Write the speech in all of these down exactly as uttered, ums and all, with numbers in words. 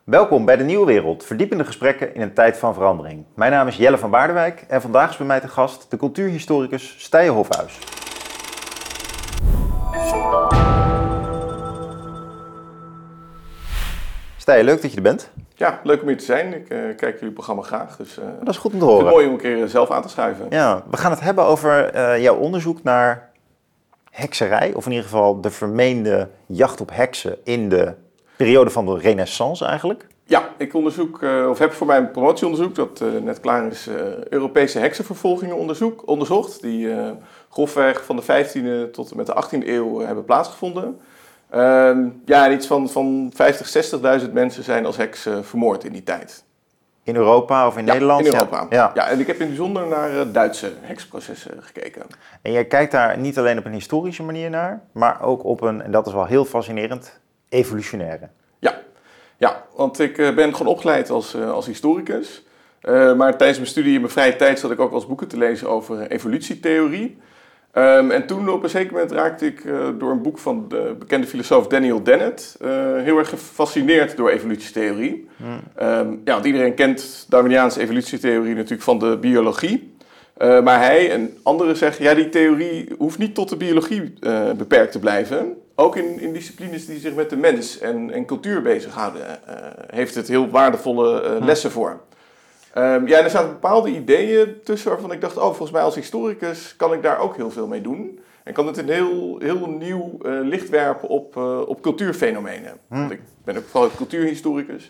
Welkom bij de Nieuwe Wereld, verdiepende gesprekken in een tijd van verandering. Mijn naam is Jelle van Baardenwijk en vandaag is bij mij te gast de cultuurhistoricus Stije Hofhuis. Stije, leuk dat je er bent. Ja, leuk om hier te zijn. Ik uh, kijk jullie programma graag. Dus, uh, dat is goed om te horen. Het is mooi om een keer zelf aan te schuiven. Ja, we gaan het hebben over uh, jouw onderzoek naar hekserij. Of in ieder geval de vermeende jacht op heksen in de periode van de Renaissance eigenlijk. Ja, ik onderzoek, uh, of heb voor mijn promotieonderzoek, dat uh, net klaar is, uh, Europese heksenvervolgingen onderzoek, onderzocht. Die uh, grofweg van de vijftiende tot en met de achttiende eeuw uh, hebben plaatsgevonden. Uh, ja, iets van, van vijftig, zestigduizend mensen zijn als heks uh, vermoord in die tijd. In Europa of in ja, Nederland? in Europa. Ja. Ja. ja, en ik heb in het bijzonder naar uh, Duitse heksprocessen gekeken. En jij kijkt daar niet alleen op een historische manier naar, maar ook op een, en dat is wel heel fascinerend, evolutionaire. Ja, ja want ik uh, ben gewoon opgeleid als, uh, als historicus. Uh, maar tijdens mijn studie in mijn vrije tijd zat ik ook wel eens boeken te lezen over evolutietheorie. Um, en toen op een zeker moment raakte ik uh, door een boek van de bekende filosoof Daniel Dennett uh, heel erg gefascineerd door evolutietheorie. Hmm. Um, ja, want iedereen kent Darwiniaanse evolutietheorie natuurlijk van de biologie. Uh, maar hij en anderen zeggen, ja, die theorie hoeft niet tot de biologie uh, beperkt te blijven. Ook in, in disciplines die zich met de mens en, en cultuur bezighouden, uh, heeft het heel waardevolle uh, lessen voor. Um, ja, en er zaten bepaalde ideeën tussen waarvan ik dacht, oh, volgens mij als historicus kan ik daar ook heel veel mee doen. En kan het een heel, heel nieuw uh, licht werpen op, uh, op cultuurfenomenen. Hmm. Want ik ben ook vooral cultuurhistoricus.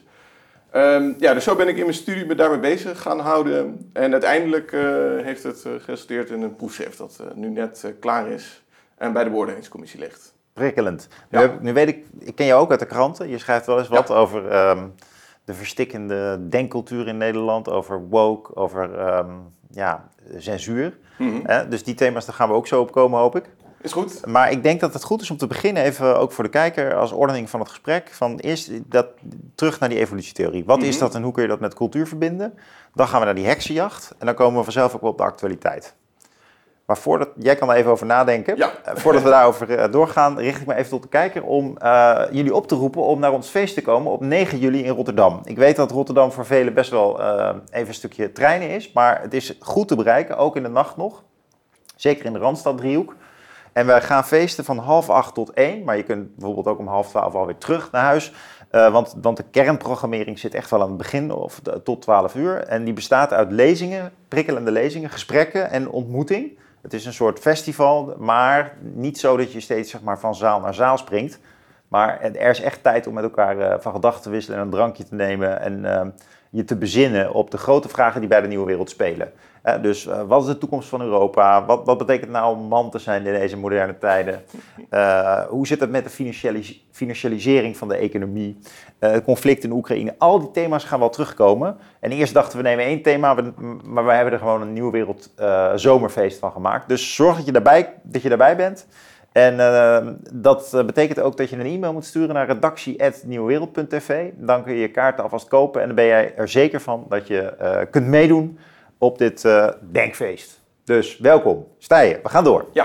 Um, ja, dus zo ben ik in mijn studie me daarmee bezig gaan houden. En uiteindelijk uh, heeft het uh, geresulteerd in een proefschrift dat uh, nu net uh, klaar is en bij de beoordelingscommissie ligt. Prikkelend. Nu, ja. heb, nu weet ik, ik ken jou ook uit de kranten. Je schrijft wel eens wat ja. over um, de verstikkende denkcultuur in Nederland, over woke, over um, ja, censuur. Mm-hmm. Eh, dus die thema's, daar gaan we ook zo op komen, hoop ik. Is goed. Maar ik denk dat het goed is om te beginnen, even ook voor de kijker, als ordening van het gesprek, van eerst dat, terug naar die evolutietheorie. Wat mm-hmm. is dat en hoe kun je dat met cultuur verbinden? Dan gaan we naar die heksenjacht en dan komen we vanzelf ook wel op de actualiteit. Maar voordat, jij kan er even over nadenken. Ja. Voordat we daarover uh, doorgaan, richt ik me even tot de kijker om uh, jullie op te roepen om naar ons feest te komen op negen juli in Rotterdam. Ik weet dat Rotterdam voor velen best wel uh, even een stukje treinen is, maar het is goed te bereiken, ook in de nacht nog. Zeker in de Randstad-driehoek. En wij gaan feesten van half acht tot één, maar je kunt bijvoorbeeld ook om half twaalf alweer terug naar huis. Uh, want, want de kernprogrammering zit echt wel aan het begin, of de, tot twaalf uur. En die bestaat uit lezingen, prikkelende lezingen, gesprekken en ontmoeting. Het is een soort festival, maar niet zo dat je steeds zeg maar, van zaal naar zaal springt. Maar er is echt tijd om met elkaar uh, van gedachten te wisselen en een drankje te nemen en uh, je te bezinnen op de grote vragen die bij de nieuwe wereld spelen. Uh, dus uh, wat is de toekomst van Europa? Wat, wat betekent het nou om man te zijn in deze moderne tijden? Uh, hoe zit het met de financialis- financialisering van de economie? Uh, het conflict in Oekraïne. Al die thema's gaan wel terugkomen. En eerst dachten we nemen één thema, maar wij hebben er gewoon een nieuwe wereld uh, zomerfeest van gemaakt. Dus zorg dat je daarbij, dat je daarbij bent. En uh, dat betekent ook dat je een e-mail moet sturen naar redactie at nieuwewereld punt t v. Dan kun je je kaarten alvast kopen en dan ben jij er zeker van dat je uh, kunt meedoen op dit uh, denkfeest. Dus welkom. Stije, we gaan door. Ja.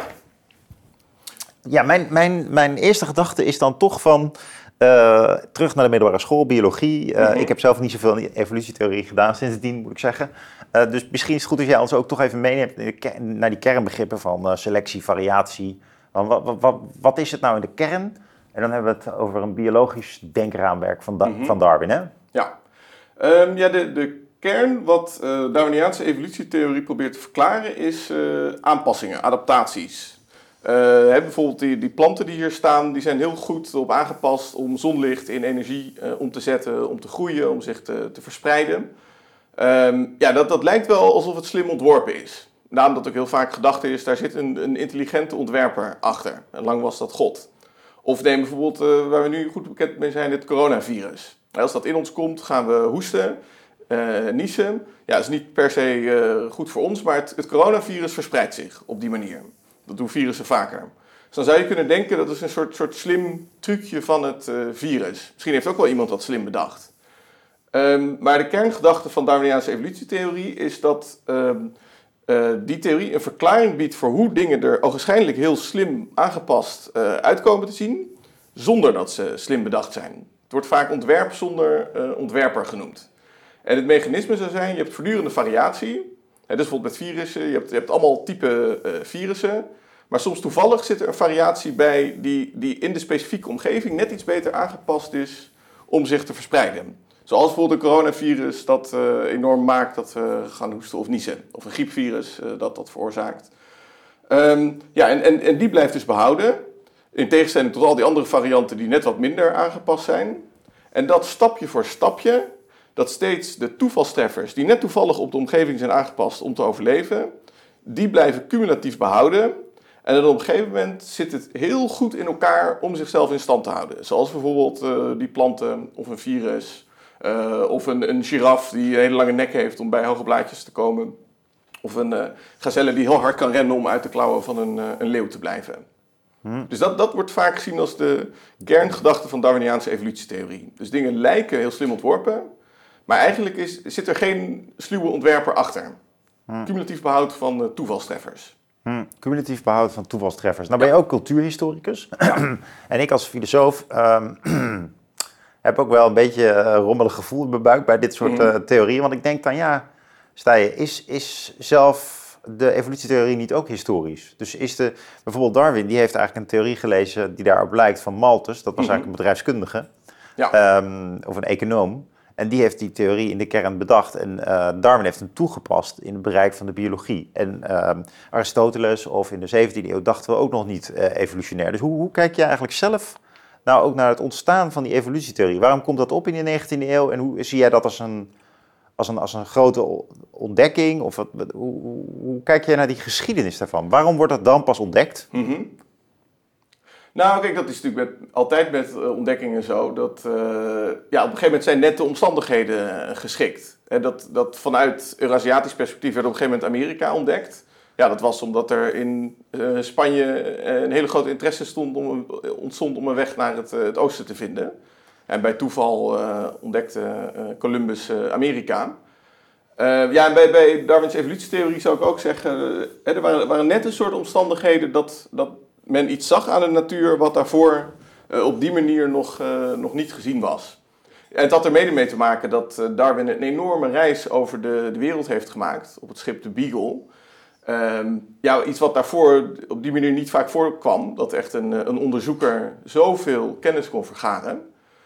Ja, mijn, mijn, mijn eerste gedachte is dan toch van uh, terug naar de middelbare school, biologie. Uh, mm-hmm. Ik heb zelf niet zoveel evolutietheorie gedaan sindsdien, moet ik zeggen. Uh, dus misschien is het goed als jij ons ook toch even meeneemt naar die kernbegrippen van uh, selectie, variatie. Wat, wat, wat, wat is het nou in de kern? En dan hebben we het over een biologisch denkraamwerk van, da- mm-hmm. van Darwin, hè? Ja, um, ja de, de kern wat uh, Darwiniaanse evolutietheorie probeert te verklaren is uh, aanpassingen, adaptaties. Uh, hè, bijvoorbeeld die, die planten die hier staan, die zijn heel goed op aangepast om zonlicht in energie uh, om te zetten, om te groeien, om zich te, te verspreiden. Um, ja, dat, dat lijkt wel alsof het slim ontworpen is. Daarom dat ook heel vaak gedacht is, daar zit een, een intelligente ontwerper achter. En lang was dat God. Of neem bijvoorbeeld, uh, waar we nu goed bekend mee zijn, het coronavirus. Als dat in ons komt, gaan we hoesten, uh, niezen. Ja, dat is niet per se uh, goed voor ons, maar het, het coronavirus verspreidt zich op die manier. Dat doen virussen vaker. Dus dan zou je kunnen denken, dat is een soort, soort slim trucje van het uh, virus. Misschien heeft ook wel iemand dat slim bedacht. Um, maar de kerngedachte van Darwiniaanse evolutietheorie is dat Um, Uh, die theorie een verklaring biedt voor hoe dingen er ogenschijnlijk heel slim aangepast uh, uitkomen te zien, zonder dat ze slim bedacht zijn. Het wordt vaak ontwerp zonder uh, ontwerper genoemd. En het mechanisme zou zijn, je hebt voortdurende variatie. Hè, dus bijvoorbeeld met virussen, je hebt, je hebt allemaal type uh, virussen. Maar soms toevallig zit er een variatie bij die, die in de specifieke omgeving net iets beter aangepast is om zich te verspreiden. Zoals bijvoorbeeld een coronavirus dat uh, enorm maakt dat we gaan hoesten of niezen. Of een griepvirus uh, dat dat veroorzaakt. Um, ja, en, en, en die blijft dus behouden. In tegenstelling tot al die andere varianten die net wat minder aangepast zijn. En dat stapje voor stapje, dat steeds de toevalstreffers die net toevallig op de omgeving zijn aangepast om te overleven, die blijven cumulatief behouden. En dan op een gegeven moment zit het heel goed in elkaar om zichzelf in stand te houden. Zoals bijvoorbeeld uh, die planten of een virus. Uh, of een, een giraf die een hele lange nek heeft om bij hoge blaadjes te komen. Of een uh, gazelle die heel hard kan rennen om uit de klauwen van een, uh, een leeuw te blijven. Hmm. Dus dat, dat wordt vaak gezien als de kerngedachte van Darwiniaanse evolutietheorie. Dus dingen lijken heel slim ontworpen, maar eigenlijk is, zit er geen sluwe ontwerper achter. Hmm. Cumulatief behoud van uh, toevalstreffers. Hmm, cumulatief behoud van toevalstreffers. Nou ben je ook cultuurhistoricus. Ja. En ik als filosoof um, heb ook wel een beetje een rommelig gevoel in mijn buik bij dit soort mm. uh, theorieën. Want ik denk dan, ja, Stije, is, is zelf de evolutietheorie niet ook historisch? Dus is de, bijvoorbeeld Darwin, die heeft eigenlijk een theorie gelezen die daarop lijkt van Malthus. Dat was mm-hmm. eigenlijk een bedrijfskundige. Ja. Um, of een econoom. En die heeft die theorie in de kern bedacht. En uh, Darwin heeft hem toegepast in het bereik van de biologie. En uh, Aristoteles of in de zeventiende eeuw dachten we ook nog niet uh, evolutionair. Dus hoe, hoe kijk je eigenlijk zelf nou ook naar het ontstaan van die evolutietheorie? Waarom komt dat op in de negentiende eeuw? En hoe zie jij dat als een, als een, als een grote ontdekking? Of wat, hoe, hoe, hoe kijk jij naar die geschiedenis daarvan? Waarom wordt dat dan pas ontdekt? Mm-hmm. Nou, kijk, dat is natuurlijk met, altijd met uh, ontdekkingen zo. Dat, uh, ja, op een gegeven moment zijn net de omstandigheden uh, geschikt. Hè, dat, dat vanuit Eurasiatisch perspectief werd op een gegeven moment Amerika ontdekt. Ja, dat was omdat er in uh, Spanje uh, een hele grote interesse stond om, ontstond om een weg naar het, uh, het oosten te vinden. En bij toeval uh, ontdekte uh, Columbus uh, Amerika. Uh, ja, en bij, bij Darwins evolutietheorie zou ik ook zeggen, uh, er waren, waren net een soort omstandigheden dat... dat men iets zag aan de natuur wat daarvoor uh, op die manier nog, uh, nog niet gezien was. En het had er mede mee te maken dat uh, Darwin een enorme reis over de, de wereld heeft gemaakt op het schip de Beagle. Um, ja, iets wat daarvoor op die manier niet vaak voorkwam, dat echt een, een onderzoeker zoveel kennis kon vergaren.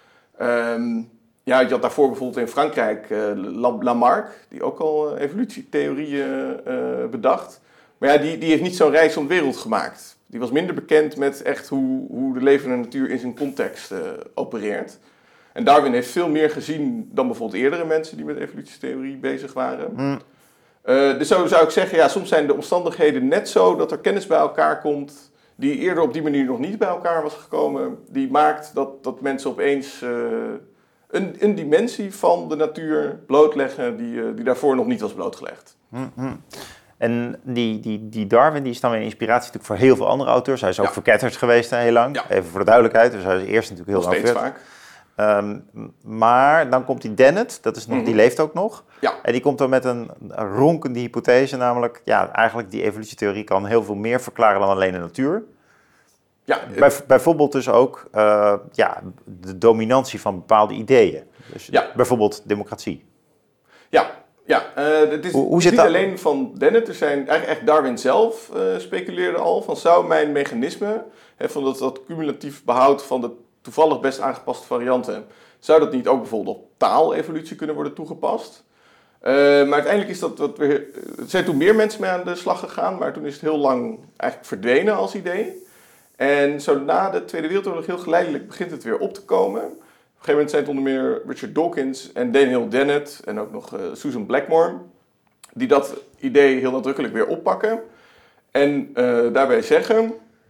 Um, ja, je had daarvoor bijvoorbeeld in Frankrijk uh, Lamarck, die ook al uh, evolutietheorieën uh, bedacht. Maar ja, die, die heeft niet zo'n reis om de wereld gemaakt. Die was minder bekend met echt hoe, hoe de levende natuur in zijn context uh, opereert. En Darwin heeft veel meer gezien dan bijvoorbeeld eerdere mensen die met evolutietheorie bezig waren. Mm. Uh, dus zo zou ik zeggen, ja, soms zijn de omstandigheden net zo dat er kennis bij elkaar komt die eerder op die manier nog niet bij elkaar was gekomen. Die maakt dat, dat mensen opeens uh, een, een dimensie van de natuur blootleggen die, uh, die daarvoor nog niet was blootgelegd. Mm-hmm. En die, die, die Darwin die is dan weer een inspiratie natuurlijk voor heel veel andere auteurs. Hij is ook ja. verketterd geweest heel lang, ja. Even voor de duidelijkheid. Dus hij is eerst natuurlijk heel nog lang steeds vaak. Um, maar dan komt die Dennett, dat is nog, mm-hmm. die leeft ook nog. Ja. En die komt dan met een ronkende hypothese, namelijk... ja, eigenlijk die evolutietheorie kan heel veel meer verklaren dan alleen de natuur. Ja, Bij, bijvoorbeeld dus ook uh, ja, de dominantie van bepaalde ideeën. Dus ja. bijvoorbeeld democratie. Ja, ja, uh, het is, hoe, hoe het is zit niet dat? alleen van Dennett. Er zijn eigenlijk echt Darwin zelf uh, speculeerde al van zou mijn mechanisme, hè, van dat, dat cumulatief behoud van de toevallig best aangepaste varianten, zou dat niet ook bijvoorbeeld op taalevolutie kunnen worden toegepast? Uh, maar uiteindelijk is dat wat weer, er zijn toen meer mensen mee aan de slag gegaan, maar toen is het heel lang eigenlijk verdwenen als idee. En zo na de Tweede Wereldoorlog heel geleidelijk begint het weer op te komen. Op een gegeven moment zijn het onder meer Richard Dawkins en Daniel Dennett en ook nog uh, Susan Blackmore, die dat idee heel nadrukkelijk weer oppakken. En uh, daarbij zeggen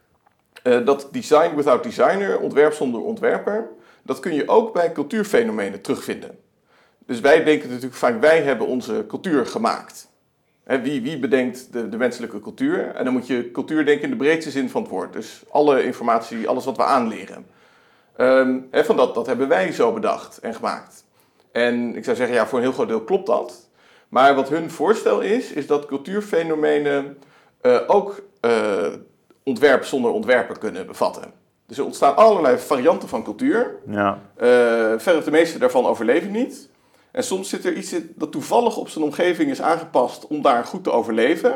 uh, dat design without designer, ontwerp zonder ontwerper, dat kun je ook bij cultuurfenomenen terugvinden. Dus wij denken natuurlijk vaak, wij hebben onze cultuur gemaakt. He, wie, wie bedenkt de, de menselijke cultuur? En dan moet je cultuur denken in de breedste zin van het woord. Dus alle informatie, alles wat we aanleren. Um, he, van dat, dat hebben wij zo bedacht en gemaakt. En ik zou zeggen, ja, voor een heel groot deel klopt dat. Maar wat hun voorstel is, is dat cultuurfenomenen uh, ook uh, ontwerp zonder ontwerper kunnen bevatten. Dus er ontstaan allerlei varianten van cultuur. Ja. Uh, verder de meeste daarvan overleven niet. En soms zit er iets in dat toevallig op zijn omgeving is aangepast om daar goed te overleven.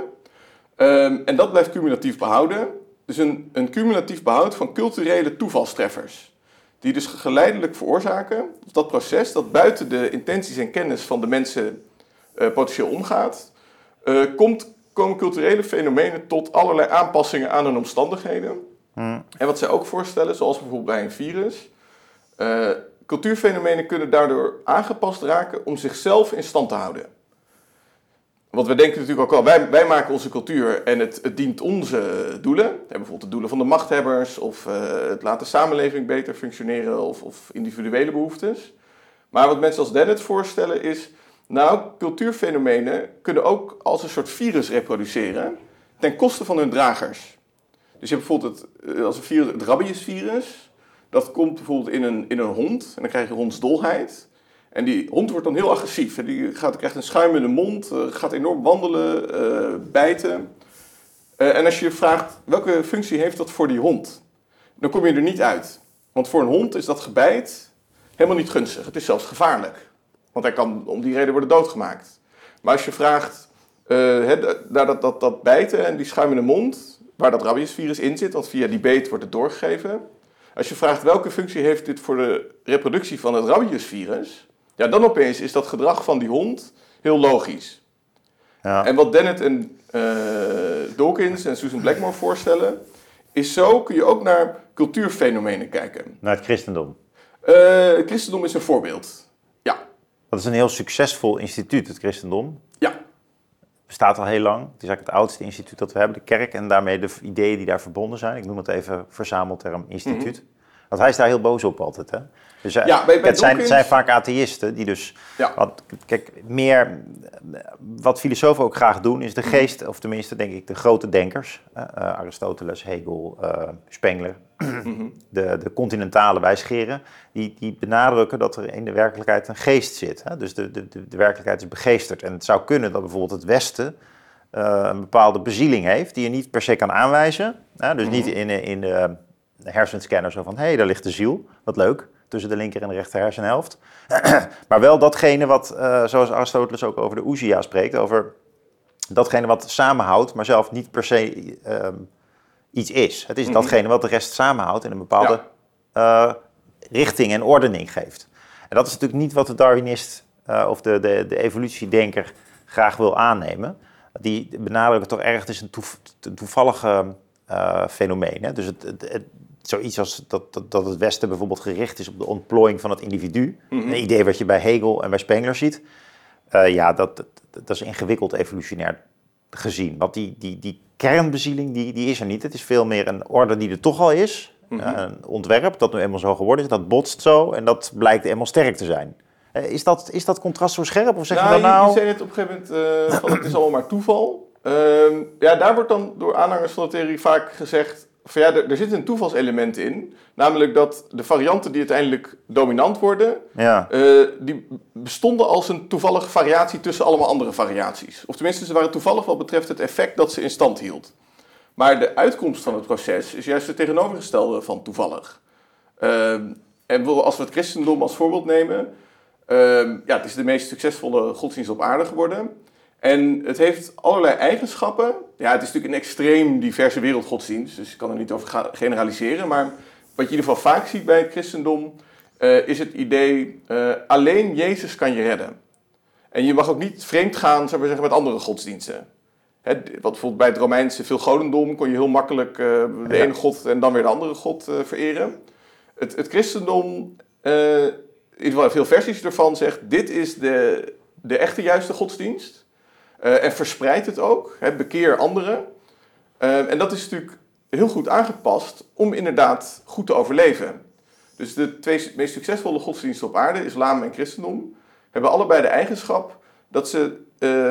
Um, en dat blijft cumulatief behouden. Dus een, een cumulatief behoud van culturele toevalstreffers. Die dus geleidelijk veroorzaken, dat proces dat buiten de intenties en kennis van de mensen uh, potentieel omgaat, uh, komt, komen culturele fenomenen tot allerlei aanpassingen aan hun omstandigheden. Hmm. En wat zij ook voorstellen, zoals bijvoorbeeld bij een virus, uh, cultuurfenomenen kunnen daardoor aangepast raken om zichzelf in stand te houden. Want we denken natuurlijk ook al, wij, wij maken onze cultuur en het, het dient onze doelen. Ja, bijvoorbeeld de doelen van de machthebbers of uh, het laat de samenleving beter functioneren of, of individuele behoeftes. Maar wat mensen als Dennett voorstellen is, nou, cultuurfenomenen kunnen ook als een soort virus reproduceren ten koste van hun dragers. Dus je hebt bijvoorbeeld het, als een virus, het rabiesvirus, dat komt bijvoorbeeld in een, in een hond en dan krijg je hondsdolheid. En die hond wordt dan heel agressief. En die gaat, krijgt een schuimende mond, uh, gaat enorm wandelen, uh, bijten. Uh, en als je je vraagt, welke functie heeft dat voor die hond? Dan kom je er niet uit. Want voor een hond is dat gebijt helemaal niet gunstig. Het is zelfs gevaarlijk. Want hij kan om die reden worden doodgemaakt. Maar als je vraagt uh, he, naar dat, dat, dat bijten en die schuimende mond, waar dat rabiesvirus in zit, want via die beet wordt het doorgegeven. Als je vraagt welke functie heeft dit voor de reproductie van het rabiesvirus, ja, dan opeens is dat gedrag van die hond heel logisch. Ja. En wat Dennett en uh, Dawkins en Susan Blackmore voorstellen, is zo kun je ook naar cultuurfenomenen kijken. Naar het christendom? Uh, het christendom is een voorbeeld, ja. Dat is een heel succesvol instituut, het christendom. Ja. Bestaat al heel lang. Het is eigenlijk het oudste instituut dat we hebben, de kerk. En daarmee de ideeën die daar verbonden zijn. Ik noem het even verzamelterm instituut. Mm-hmm. Want hij is daar heel boos op altijd, hè? Dus ja, bij, bij het, zijn, het zijn vaak atheïsten die dus... Ja. Wat, kijk, meer... Wat filosofen ook graag doen, is de geest... Of tenminste, denk ik, de grote denkers. Uh, Aristoteles, Hegel, uh, Spengler. Mm-hmm. De, de continentale wijsgeren. Die, die benadrukken dat er in de werkelijkheid een geest zit. Hè? Dus de, de, de werkelijkheid is begeesterd. En het zou kunnen dat bijvoorbeeld het Westen... Uh, een bepaalde bezieling heeft... die je niet per se kan aanwijzen. Hè? Dus mm-hmm. niet in, in de... De hersenscanner zo van, hé, hey, daar ligt de ziel. Wat leuk, tussen de linker en de rechter hersenhelft. Maar wel datgene wat, uh, zoals Aristoteles ook over de ousia spreekt, over datgene wat samenhoudt, maar zelf niet per se uh, iets is. Het is mm-hmm. datgene wat de rest samenhoudt en een bepaalde ja. uh, richting en ordening geeft. En dat is natuurlijk niet wat de Darwinist uh, of de, de, de evolutiedenker graag wil aannemen. Die benadrukken toch erg, het is een, toef, een toevallige uh, fenomeen. Hè? Dus het, het, het zoiets als dat, dat, dat het Westen bijvoorbeeld gericht is op de ontplooiing van het individu. Mm-hmm. Een idee wat je bij Hegel en bij Spengler ziet. Uh, ja, dat, dat, dat is ingewikkeld evolutionair gezien. Want die, die, die kernbezieling, die, die is er niet. Het is veel meer een orde die er toch al is. Mm-hmm. Uh, een ontwerp dat nu eenmaal zo geworden is. Dat botst zo en dat blijkt eenmaal sterk te zijn. Uh, is, dat, is dat contrast zo scherp? Of zeg nou, je dan nou... Je, je zei het op een gegeven moment, uh, van het is allemaal maar toeval. Uh, ja, daar wordt dan door aanhangers van de theorie vaak gezegd... Van ja, er, er zit een toevalselement in. Namelijk dat de varianten die uiteindelijk dominant worden... Ja. Uh, die bestonden als een toevallige variatie tussen allemaal andere variaties. Of tenminste, ze waren toevallig wat betreft het effect dat ze in stand hield. Maar de uitkomst van het proces is juist het tegenovergestelde van toevallig. Uh, en als we het christendom als voorbeeld nemen... Uh, ja, het is de meest succesvolle godsdienst op aarde geworden... En het heeft allerlei eigenschappen. Ja, het is natuurlijk een extreem diverse wereldgodsdienst, dus ik kan er niet over generaliseren. Maar wat je in ieder geval vaak ziet bij het christendom, uh, is het idee, uh, alleen Jezus kan je redden. En je mag ook niet vreemd gaan, zou ik zeggen, met andere godsdiensten. Hè, wat bijvoorbeeld bij het Romeinse veelgodendom kon je heel makkelijk uh, de ja. ene god en dan weer de andere god uh, vereren. Het, het christendom, uh, in ieder geval veel versies ervan, zegt, dit is de, de echte juiste godsdienst. Uh, en verspreid het ook, hè, bekeer anderen. Uh, en dat is natuurlijk heel goed aangepast om inderdaad goed te overleven. Dus de twee meest succesvolle godsdiensten op aarde, islam en christendom, hebben allebei de eigenschap dat ze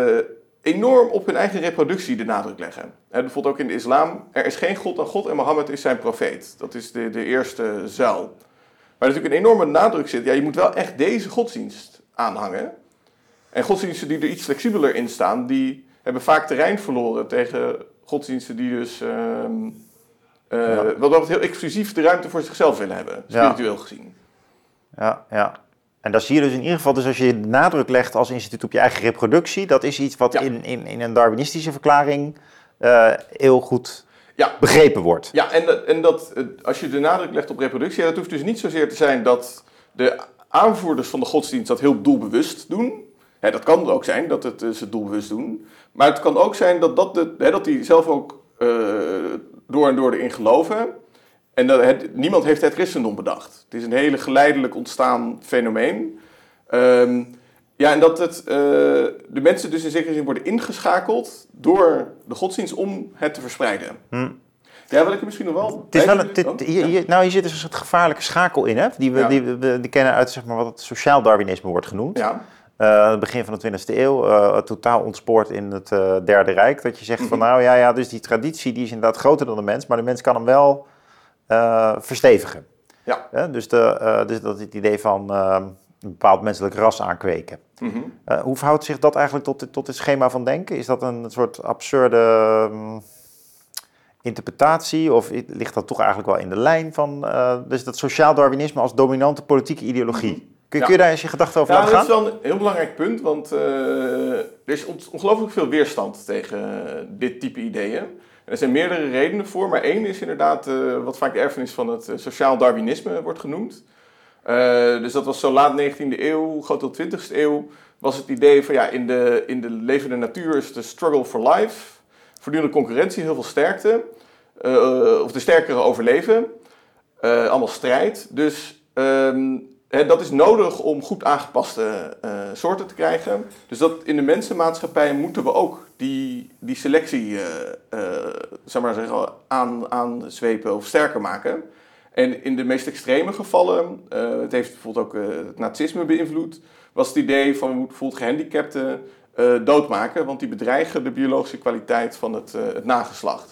uh, enorm op hun eigen reproductie de nadruk leggen. Hè, bijvoorbeeld ook in de islam, er is geen God dan God en Mohammed is zijn profeet. Dat is de, de eerste zuil. Waar natuurlijk een enorme nadruk zit, ja, je moet wel echt deze godsdienst aanhangen. En godsdiensten die er iets flexibeler in staan, die hebben vaak terrein verloren tegen godsdiensten die dus uh, Uh, ja. Wat dat heel exclusief de ruimte voor zichzelf willen hebben, spiritueel ja. gezien. Ja, ja. En dat zie je dus in ieder geval, dus als je de nadruk legt als instituut op je eigen reproductie, dat is iets wat ja. in, in, in een Darwinistische verklaring uh, heel goed ja. begrepen wordt. Ja, en, dat, en dat, als je de nadruk legt op reproductie, dat hoeft dus niet zozeer te zijn dat de aanvoerders van de godsdienst dat heel doelbewust doen. Ja, dat kan ook zijn dat het, ze doelbewust doen. Maar het kan ook zijn dat, dat, de, hè, dat die zelf ook uh, door en door erin geloven. En dat het, niemand heeft het christendom bedacht. Het is een hele geleidelijk ontstaan fenomeen. Um, ja, en dat het, uh, de mensen dus in zekere zin worden ingeschakeld door de godsdienst om het te verspreiden. Hm. Ja, wat ik er misschien nog wel... Het is wel een, dit, hier, hier, nou, hier zit dus een soort gevaarlijke schakel in, hè? Die we, ja. die, we die kennen uit zeg maar, wat het sociaal Darwinisme wordt genoemd. Ja. Uh, het begin van de twintigste eeuw, uh, totaal ontspoord in het uh, Derde Rijk. Dat je zegt mm-hmm. van nou ja, ja, dus die traditie die is inderdaad groter dan de mens, maar de mens kan hem wel uh, verstevigen. Ja. Ja, dus, de, uh, dus dat het idee van uh, een bepaald menselijk ras aankweken. Mm-hmm. Uh, hoe verhoudt zich dat eigenlijk tot, tot het schema van denken? Is dat een soort absurde um, interpretatie of ligt dat toch eigenlijk wel in de lijn van uh, dus dat sociaal Darwinisme als dominante politieke ideologie? Mm-hmm. Kun, ja. kun je daar eens je gedachten over ja, laten gaan? Ja, dat is wel een heel belangrijk punt, want uh, er is ongelooflijk veel weerstand tegen uh, dit type ideeën. En er zijn meerdere redenen voor, maar één is inderdaad uh, wat vaak de erfenis van het uh, sociaal Darwinisme wordt genoemd. Uh, dus dat was zo laat negentiende eeuw, groot deel twintigste eeuw, was het idee van ja, in de, in de levende natuur is de struggle for life, voortdurende concurrentie, heel veel sterkte, uh, of de sterkere overleven, uh, allemaal strijd. Dus... Um, He, dat is nodig om goed aangepaste uh, soorten te krijgen. Dus dat in de mensenmaatschappij moeten we ook die, die selectie uh, uh, zeg maar zeggen, aan, aanzwepen of sterker maken. En in de meest extreme gevallen, uh, het heeft bijvoorbeeld ook uh, het nazisme beïnvloed, was het idee van we moeten bijvoorbeeld gehandicapten uh, doodmaken, want die bedreigen de biologische kwaliteit van het, uh, het nageslacht.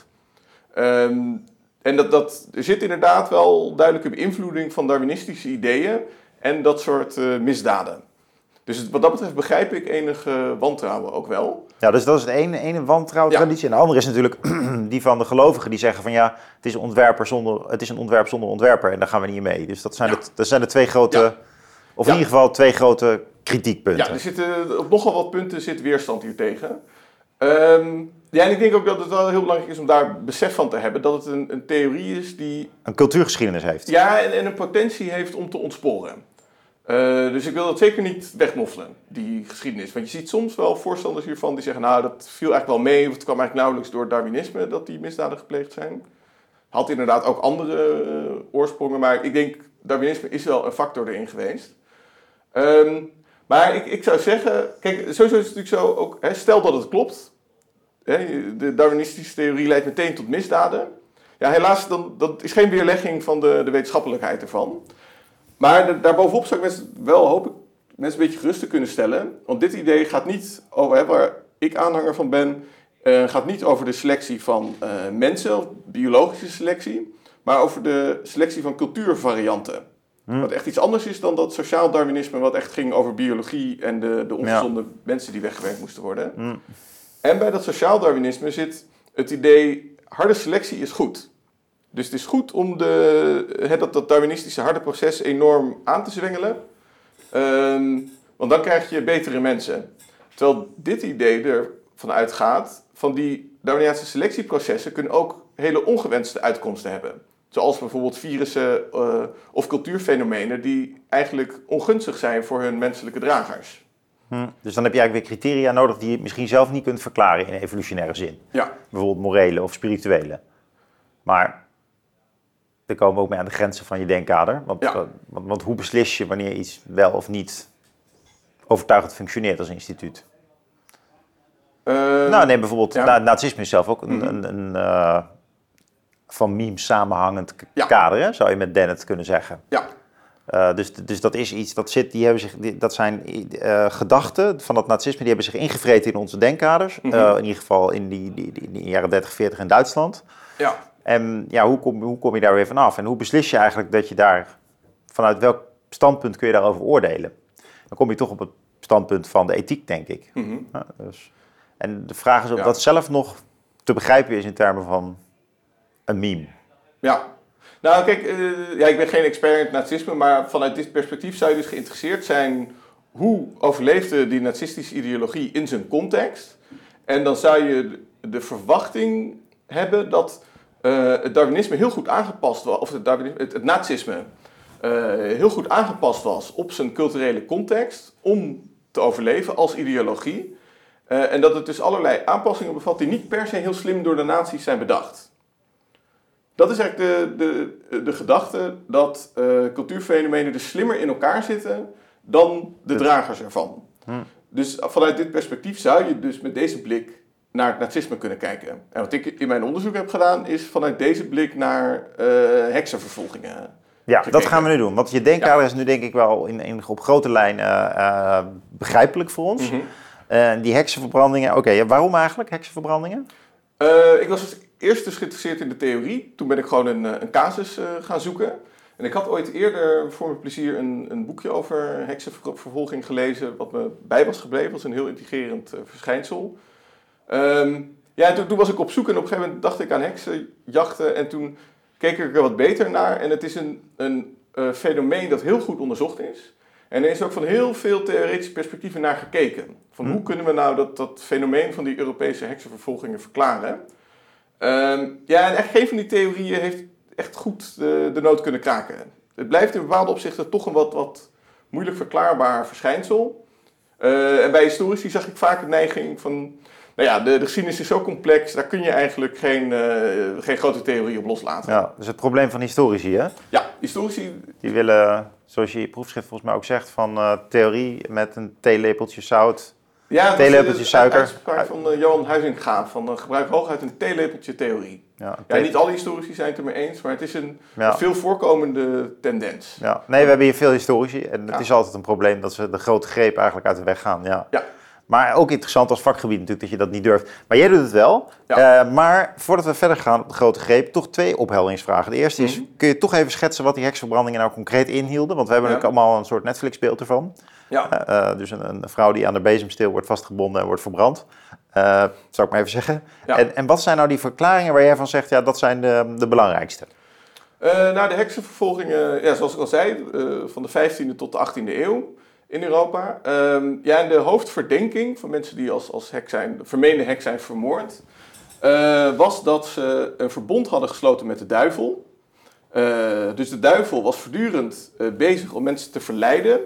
Um, en dat, dat, er zit inderdaad wel duidelijke beïnvloeding van Darwinistische ideeën en dat soort uh, misdaden. Dus het, wat dat betreft begrijp ik enige wantrouwen ook wel. Ja, dus dat is de ene, ene wantrouwtraditie. Ja. En de andere is natuurlijk die van de gelovigen die zeggen van ja, het is, een ontwerper zonder, het is een ontwerp zonder ontwerper en daar gaan we niet in mee. Dus dat zijn, ja. de, dat zijn de twee grote, ja. of in ja. ieder geval twee grote kritiekpunten. Ja, er zitten, op nogal wat punten zit weerstand hiertegen. Um, ja, en ik denk ook dat het wel heel belangrijk is om daar besef van te hebben dat het een, een theorie is die... Een cultuurgeschiedenis heeft. Ja, en, en een potentie heeft om te ontsporen. Uh, dus ik wil dat zeker niet wegmoffelen, die geschiedenis. Want je ziet soms wel voorstanders hiervan die zeggen, nou, dat viel eigenlijk wel mee, of het kwam eigenlijk nauwelijks door Darwinisme dat die misdaden gepleegd zijn. Had inderdaad ook andere uh, oorsprongen, maar ik denk, Darwinisme is wel een factor erin geweest. Um, maar ik, ik zou zeggen, kijk, sowieso is het natuurlijk zo, ook, hè, stel dat het klopt, hè, de Darwinistische theorie leidt meteen tot misdaden. Ja, helaas, dan, dat is geen weerlegging van de, de wetenschappelijkheid ervan. Maar de, daarbovenop zou ik mensen wel hoop ik mensen een beetje gerust te kunnen stellen. Want dit idee gaat niet over, hè, waar ik aanhanger van ben, uh, gaat niet over de selectie van uh, mensen, of biologische selectie, maar over de selectie van cultuurvarianten. Hmm. Wat echt iets anders is dan dat sociaal Darwinisme, wat echt ging over biologie en de, de ongezonde ja. mensen die weggewerkt moesten worden. Hmm. En bij dat sociaal Darwinisme zit het idee, harde selectie is goed. Dus het is goed om de, he, dat, dat Darwinistische harde proces enorm aan te zwengelen. Um, want dan krijg je betere mensen. Terwijl dit idee ervan uitgaat, van die Darwiniaanse selectieprocessen kunnen ook hele ongewenste uitkomsten hebben. Zoals bijvoorbeeld virussen uh, of cultuurfenomenen die eigenlijk ongunstig zijn voor hun menselijke dragers. Hm. Dus dan heb je eigenlijk weer criteria nodig die je misschien zelf niet kunt verklaren in evolutionaire zin. Ja. Bijvoorbeeld morele of spirituele. Maar daar komen we ook mee aan de grenzen van je denkkader. Want, ja. want, want hoe beslis je wanneer iets wel of niet overtuigend functioneert als instituut? Uh, nou, neem bijvoorbeeld, ja. na, nazisme is zelf ook een, mm-hmm. een, een uh, van memes samenhangend k- ja. kader, hè? Zou je met Dennett kunnen zeggen. Ja. Uh, dus, dus dat is iets, dat zit, die hebben zich, die, dat zijn uh, gedachten van dat nazisme, die hebben zich ingevreten in onze denkkaders. Mm-hmm. Uh, in ieder geval in die, die, die, die jaren dertig, veertig in Duitsland. Ja. En ja, hoe kom, hoe kom je daar weer vanaf? En hoe beslis je eigenlijk dat je daar, vanuit welk standpunt kun je daarover oordelen? Dan kom je toch op het standpunt van de ethiek, denk ik. Mm-hmm. Ja, dus. En de vraag is of ja. dat zelf nog te begrijpen is in termen van een meme. Ja. Nou, kijk, uh, ja, ik ben geen expert in het nazisme, maar vanuit dit perspectief zou je dus geïnteresseerd zijn hoe overleefde die nazistische ideologie in zijn context. En dan zou je de verwachting hebben dat uh, het Darwinisme heel goed aangepast was, of het, Darwinisme, het, het nazisme uh, heel goed aangepast was op zijn culturele context om te overleven als ideologie. Uh, en dat het dus allerlei aanpassingen bevat die niet per se heel slim door de nazi's zijn bedacht. Dat is eigenlijk de, de, de gedachte dat uh, cultuurfenomenen dus slimmer in elkaar zitten dan de dragers ervan. Hm. Dus vanuit dit perspectief zou je dus met deze blik naar het nazisme kunnen kijken. En wat ik in mijn onderzoek heb gedaan is vanuit deze blik naar uh, heksenvervolgingen. Ja, gekeken. Dat gaan we nu doen. Want je denkkader ja. is nu denk ik wel in, in, op grote lijnen uh, begrijpelijk voor ons. Mm-hmm. Uh, die heksenverbrandingen, oké, okay, waarom eigenlijk heksenverbrandingen? Uh, ik was dus eerst dus geïnteresseerd in de theorie. Toen ben ik gewoon een, een casus uh, gaan zoeken. En ik had ooit eerder voor mijn plezier een, een boekje over heksenvervolging gelezen, wat me bij was gebleven. Dat was een heel intrigerend uh, verschijnsel. Um, ja, toen, toen was ik op zoek en op een gegeven moment dacht ik aan heksenjachten. En toen keek ik er wat beter naar. En het is een, een uh, fenomeen dat heel goed onderzocht is. En er is ook van heel veel theoretische perspectieven naar gekeken. Van hm. hoe kunnen we nou dat, dat fenomeen van die Europese heksenvervolgingen verklaren? Um, ja, en echt geen van die theorieën heeft echt goed de, de nood kunnen kraken. Het blijft in bepaalde opzichten toch een wat, wat moeilijk verklaarbaar verschijnsel. Uh, en bij historici zag ik vaak de neiging van, nou ja, de, de geschiedenis is zo complex, daar kun je eigenlijk geen, uh, geen grote theorie op loslaten. Ja, dus het probleem van historici, hè? Ja, historici... Die willen, zoals je je proefschrift volgens mij ook zegt, van uh, theorie met een theelepeltje zout, ja, een theelepeltje is suiker. Ja, dat is een uitspraak van uh, Johan Huizinga, van uh, gebruik hooguit een theelepeltje theorie. Ja, ja, niet alle historici zijn het er mee eens, maar het is een, ja. een veel voorkomende tendens. Ja. Nee, we hebben hier veel historici en het ja. is altijd een probleem dat ze de grote greep eigenlijk uit de weg gaan. Ja. Ja. Maar ook interessant als vakgebied natuurlijk dat je dat niet durft. Maar jij doet het wel. Ja. Uh, maar voordat we verder gaan op de grote greep, toch twee ophelderingsvragen. De eerste is, mm-hmm. kun je toch even schetsen wat die heksenverbrandingen nou concreet inhielden? Want we hebben ja. natuurlijk allemaal een soort Netflix-beeld ervan. Ja. Uh, uh, dus een, een vrouw die aan de bezemsteel wordt vastgebonden en wordt verbrand. Uh, zou ik maar even zeggen. Ja. En, en wat zijn nou die verklaringen waar jij van zegt, ja, dat zijn de, de belangrijkste? Uh, nou, de heksenvervolgingen, ja, zoals ik al zei, uh, van de vijftiende tot de achttiende eeuw in Europa. Um, ja, en de hoofdverdenking van mensen die als, als hek zijn, vermeende hek zijn vermoord, uh, was dat ze een verbond hadden gesloten met de duivel. Uh, dus de duivel was voortdurend uh, bezig om mensen te verleiden,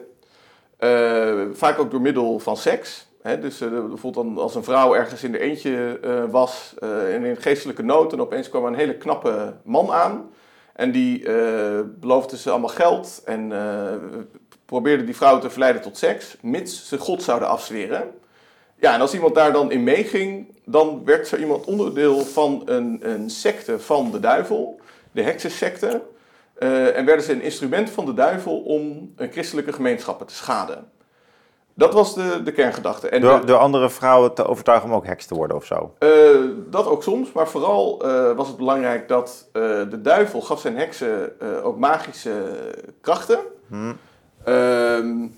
uh, vaak ook door middel van seks. He, dus uh, bijvoorbeeld dan als een vrouw ergens in de eentje uh, was uh, en in geestelijke nood en opeens kwam er een hele knappe man aan. En die uh, beloofde ze allemaal geld en uh, probeerde die vrouw te verleiden tot seks, mits ze God zouden afzweren. Ja, en als iemand daar dan in meeging, dan werd zo iemand onderdeel van een, een secte van de duivel, de heksensecte. Uh, en werden ze een instrument van de duivel om een christelijke gemeenschappen te schaden. Dat was de, de kerngedachte. En door, de, door andere vrouwen te overtuigen om ook heks te worden of zo? Uh, dat ook soms, maar vooral uh, was het belangrijk dat uh, de duivel gaf zijn heksen uh, ook magische krachten. Hmm. Uh,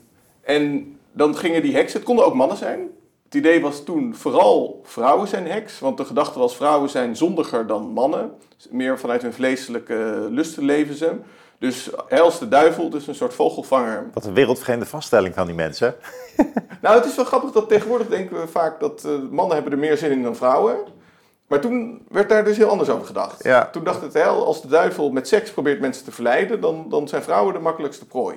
en dan gingen die heksen, het konden ook mannen zijn. Het idee was toen vooral vrouwen zijn heks, want de gedachte was vrouwen zijn zondiger dan mannen. Meer vanuit hun vleeselijke lusten leven ze. Dus als de duivel, dus een soort vogelvanger. Wat een wereldvreemde vaststelling van die mensen. Nou, het is wel grappig dat tegenwoordig denken we vaak dat uh, mannen hebben er meer zin in dan vrouwen. Maar toen werd daar dus heel anders over gedacht. Ja. Toen dacht het, hè, als de duivel met seks probeert mensen te verleiden, dan, dan zijn vrouwen de makkelijkste prooi.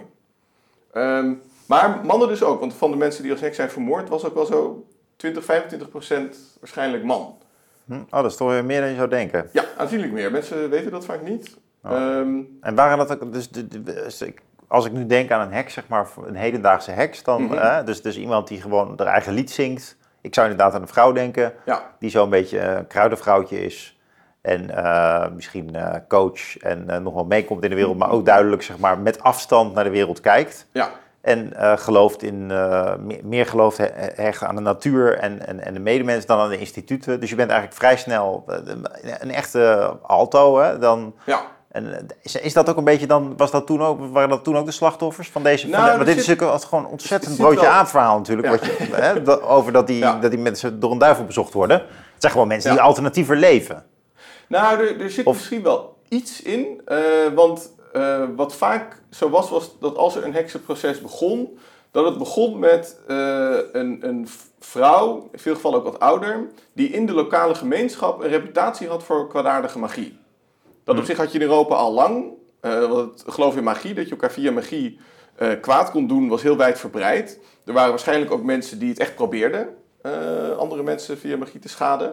Um, maar mannen dus ook, want van de mensen die als heks zijn vermoord was ook wel zo twintig, vijfentwintig procent waarschijnlijk man. Hm, oh, dat is toch weer meer dan je zou denken. Ja, aanzienlijk meer. Mensen weten dat vaak niet. Oh. Um, en waren dat ook, dus, dus als ik nu denk aan een heks, zeg maar, een hedendaagse heks, dan, mm-hmm. eh, dus, dus iemand die gewoon haar eigen lied zingt. Ik zou inderdaad aan een vrouw denken, ja. die zo'n beetje een kruidenvrouwtje is. En uh, misschien uh, coach en uh, nog wel meekomt in de wereld, maar ook duidelijk, zeg maar, met afstand naar de wereld kijkt. Ja. En uh, gelooft in, uh, meer, meer gelooft hecht aan de natuur en, en, en de medemens dan aan de instituten. Dus je bent eigenlijk vrij snel uh, een echte alto, hè, dan... Ja. En is, is dat ook een beetje dan, was dat toen ook, waren dat toen ook de slachtoffers van deze? Nou, van de, maar dit zit, is natuurlijk gewoon ontzettend broodje aan verhaal natuurlijk, ja. wat je, hè, dat, over dat die, ja. dat die mensen door een duivel bezocht worden. Het zijn gewoon mensen ja. die alternatiever leven. Nou, er, er zit of, misschien wel iets in. Uh, want uh, wat vaak zo was, was dat als er een heksenproces begon, dat het begon met uh, een, een vrouw, in veel gevallen ook wat ouder, die in de lokale gemeenschap een reputatie had voor kwaadaardige magie. Dat op zich had je in Europa al lang. Uh, want het geloof in magie, dat je elkaar via magie uh, kwaad kon doen, was heel wijdverbreid. Er waren waarschijnlijk ook mensen die het echt probeerden, uh, andere mensen via magie te schaden.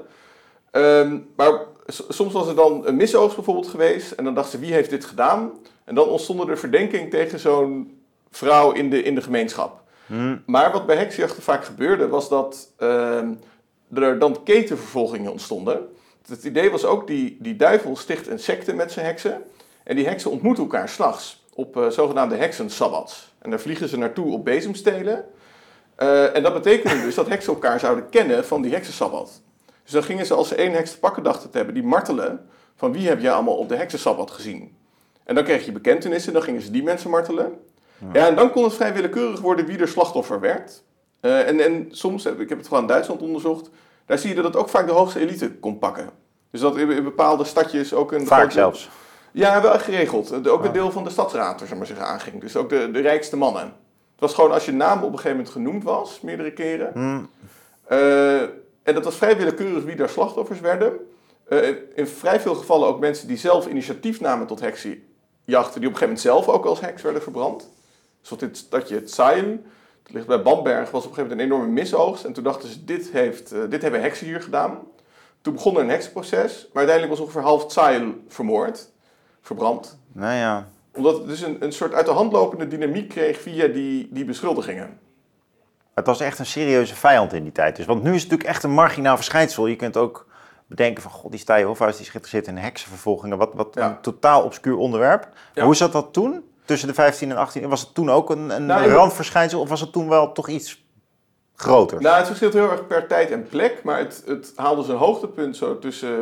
Um, maar soms was er dan een misoogst bijvoorbeeld geweest en dan dachten ze, wie heeft dit gedaan? En dan ontstond er verdenking tegen zo'n vrouw in de, in de gemeenschap. Hmm. Maar wat bij heksenjachten vaak gebeurde, was dat uh, er dan ketenvervolgingen ontstonden. Het idee was ook, die, die duivel sticht een secte met zijn heksen. En die heksen ontmoeten elkaar 's nachts op uh, zogenaamde heksensabbats. En daar vliegen ze naartoe op bezemstelen. Uh, en dat betekende dus dat heksen elkaar zouden kennen van die heksensabbat. Dus dan gingen ze, als ze één heks te pakken dachten te hebben, die martelen van wie heb jij allemaal op de heksensabbat gezien. En dan kreeg je bekentenissen, dan gingen ze die mensen martelen. Ja, ja en dan kon het vrij willekeurig worden wie er slachtoffer werd. Uh, en, en soms, ik heb het gewoon in Duitsland onderzocht, daar zie je dat het ook vaak de hoogste elite kon pakken. Dus dat in, in bepaalde stadjes ook een... Vaak grote, zelfs. Ja, wel geregeld. Ook een deel van de stadsraad er, zeg maar zeggen, aanging. Dus ook de, de rijkste mannen. Het was gewoon als je naam op een gegeven moment genoemd was, meerdere keren. Hmm. Uh, en dat was vrij willekeurig wie daar slachtoffers werden. Uh, in vrij veel gevallen ook mensen die zelf initiatief namen tot heksenjachten, die op een gegeven moment zelf ook als heks werden verbrand. Zoals dit stadje Zeil, dat ligt bij Bamberg, was op een gegeven moment een enorme misoogst. En toen dachten ze, dit, heeft, uh, dit hebben heksen hier gedaan. Toen begon er een heksenproces, maar uiteindelijk was ongeveer half Zeil vermoord, verbrand. Nou ja. Omdat het dus een, een soort uit de hand lopende dynamiek kreeg via die, die beschuldigingen. Het was echt een serieuze vijand in die tijd. Dus, want nu is het natuurlijk echt een marginaal verschijnsel. Je kunt ook bedenken van, god, die Staaij Hofhuis die is geïnteresseerd in heksenvervolgingen. Wat, wat ja. een totaal obscuur onderwerp. Ja. Hoe zat dat toen? Tussen de vijftien en achttien? Was het toen ook een, een nou, randverschijnsel of was het toen wel toch iets groter? Nou, het verschilt heel erg per tijd en plek. Maar het, het haalde zijn hoogtepunt zo tussen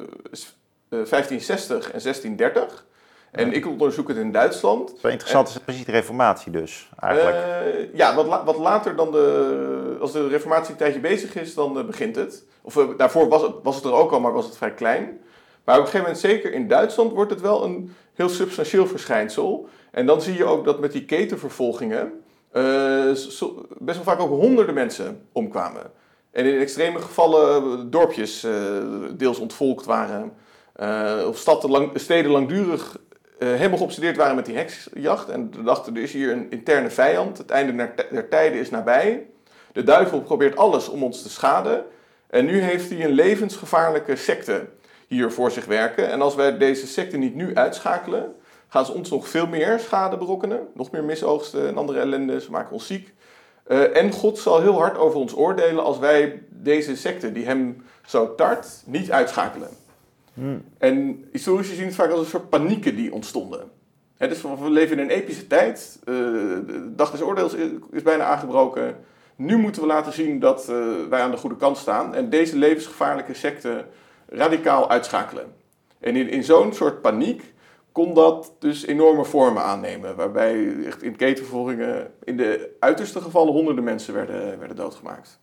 uh, vijftienzestig en zestien dertig. En ik onderzoek het in Duitsland. Zo interessant en, is het precies de reformatie dus, eigenlijk. Uh, ja, wat, la, wat later dan de... Als de reformatie een tijdje bezig is, dan uh, begint het. Of uh, daarvoor was het, was het er ook al, maar was het vrij klein. Maar op een gegeven moment, zeker in Duitsland, wordt het wel een heel substantieel verschijnsel. En dan zie je ook dat met die ketenvervolgingen uh, so, best wel vaak ook honderden mensen omkwamen. En in extreme gevallen dorpjes uh, deels ontvolkt waren. Uh, of steden, lang, steden langdurig uh, helemaal geobsedeerd waren met die heksjacht. En we dachten, er is hier een interne vijand. Het einde der tijden is nabij. De duivel probeert alles om ons te schaden. En nu heeft hij een levensgevaarlijke secte hier voor zich werken. En als wij deze secte niet nu uitschakelen, gaan ze ons nog veel meer schade berokkenen. Nog meer misoogsten en andere ellende. Ze maken ons ziek. Uh, en God zal heel hard over ons oordelen als wij deze secte, die hem zo tart, niet uitschakelen. Hmm. En historici zien het vaak als een soort panieken die ontstonden. He, dus we leven in een epische tijd. Uh, de dag des oordeels is, is bijna aangebroken. Nu moeten we laten zien dat uh, wij aan de goede kant staan. En deze levensgevaarlijke secte radicaal uitschakelen. En in, in zo'n soort paniek kon dat dus enorme vormen aannemen. Waarbij echt in ketenvervolgingen in de uiterste gevallen honderden mensen werden, werden doodgemaakt.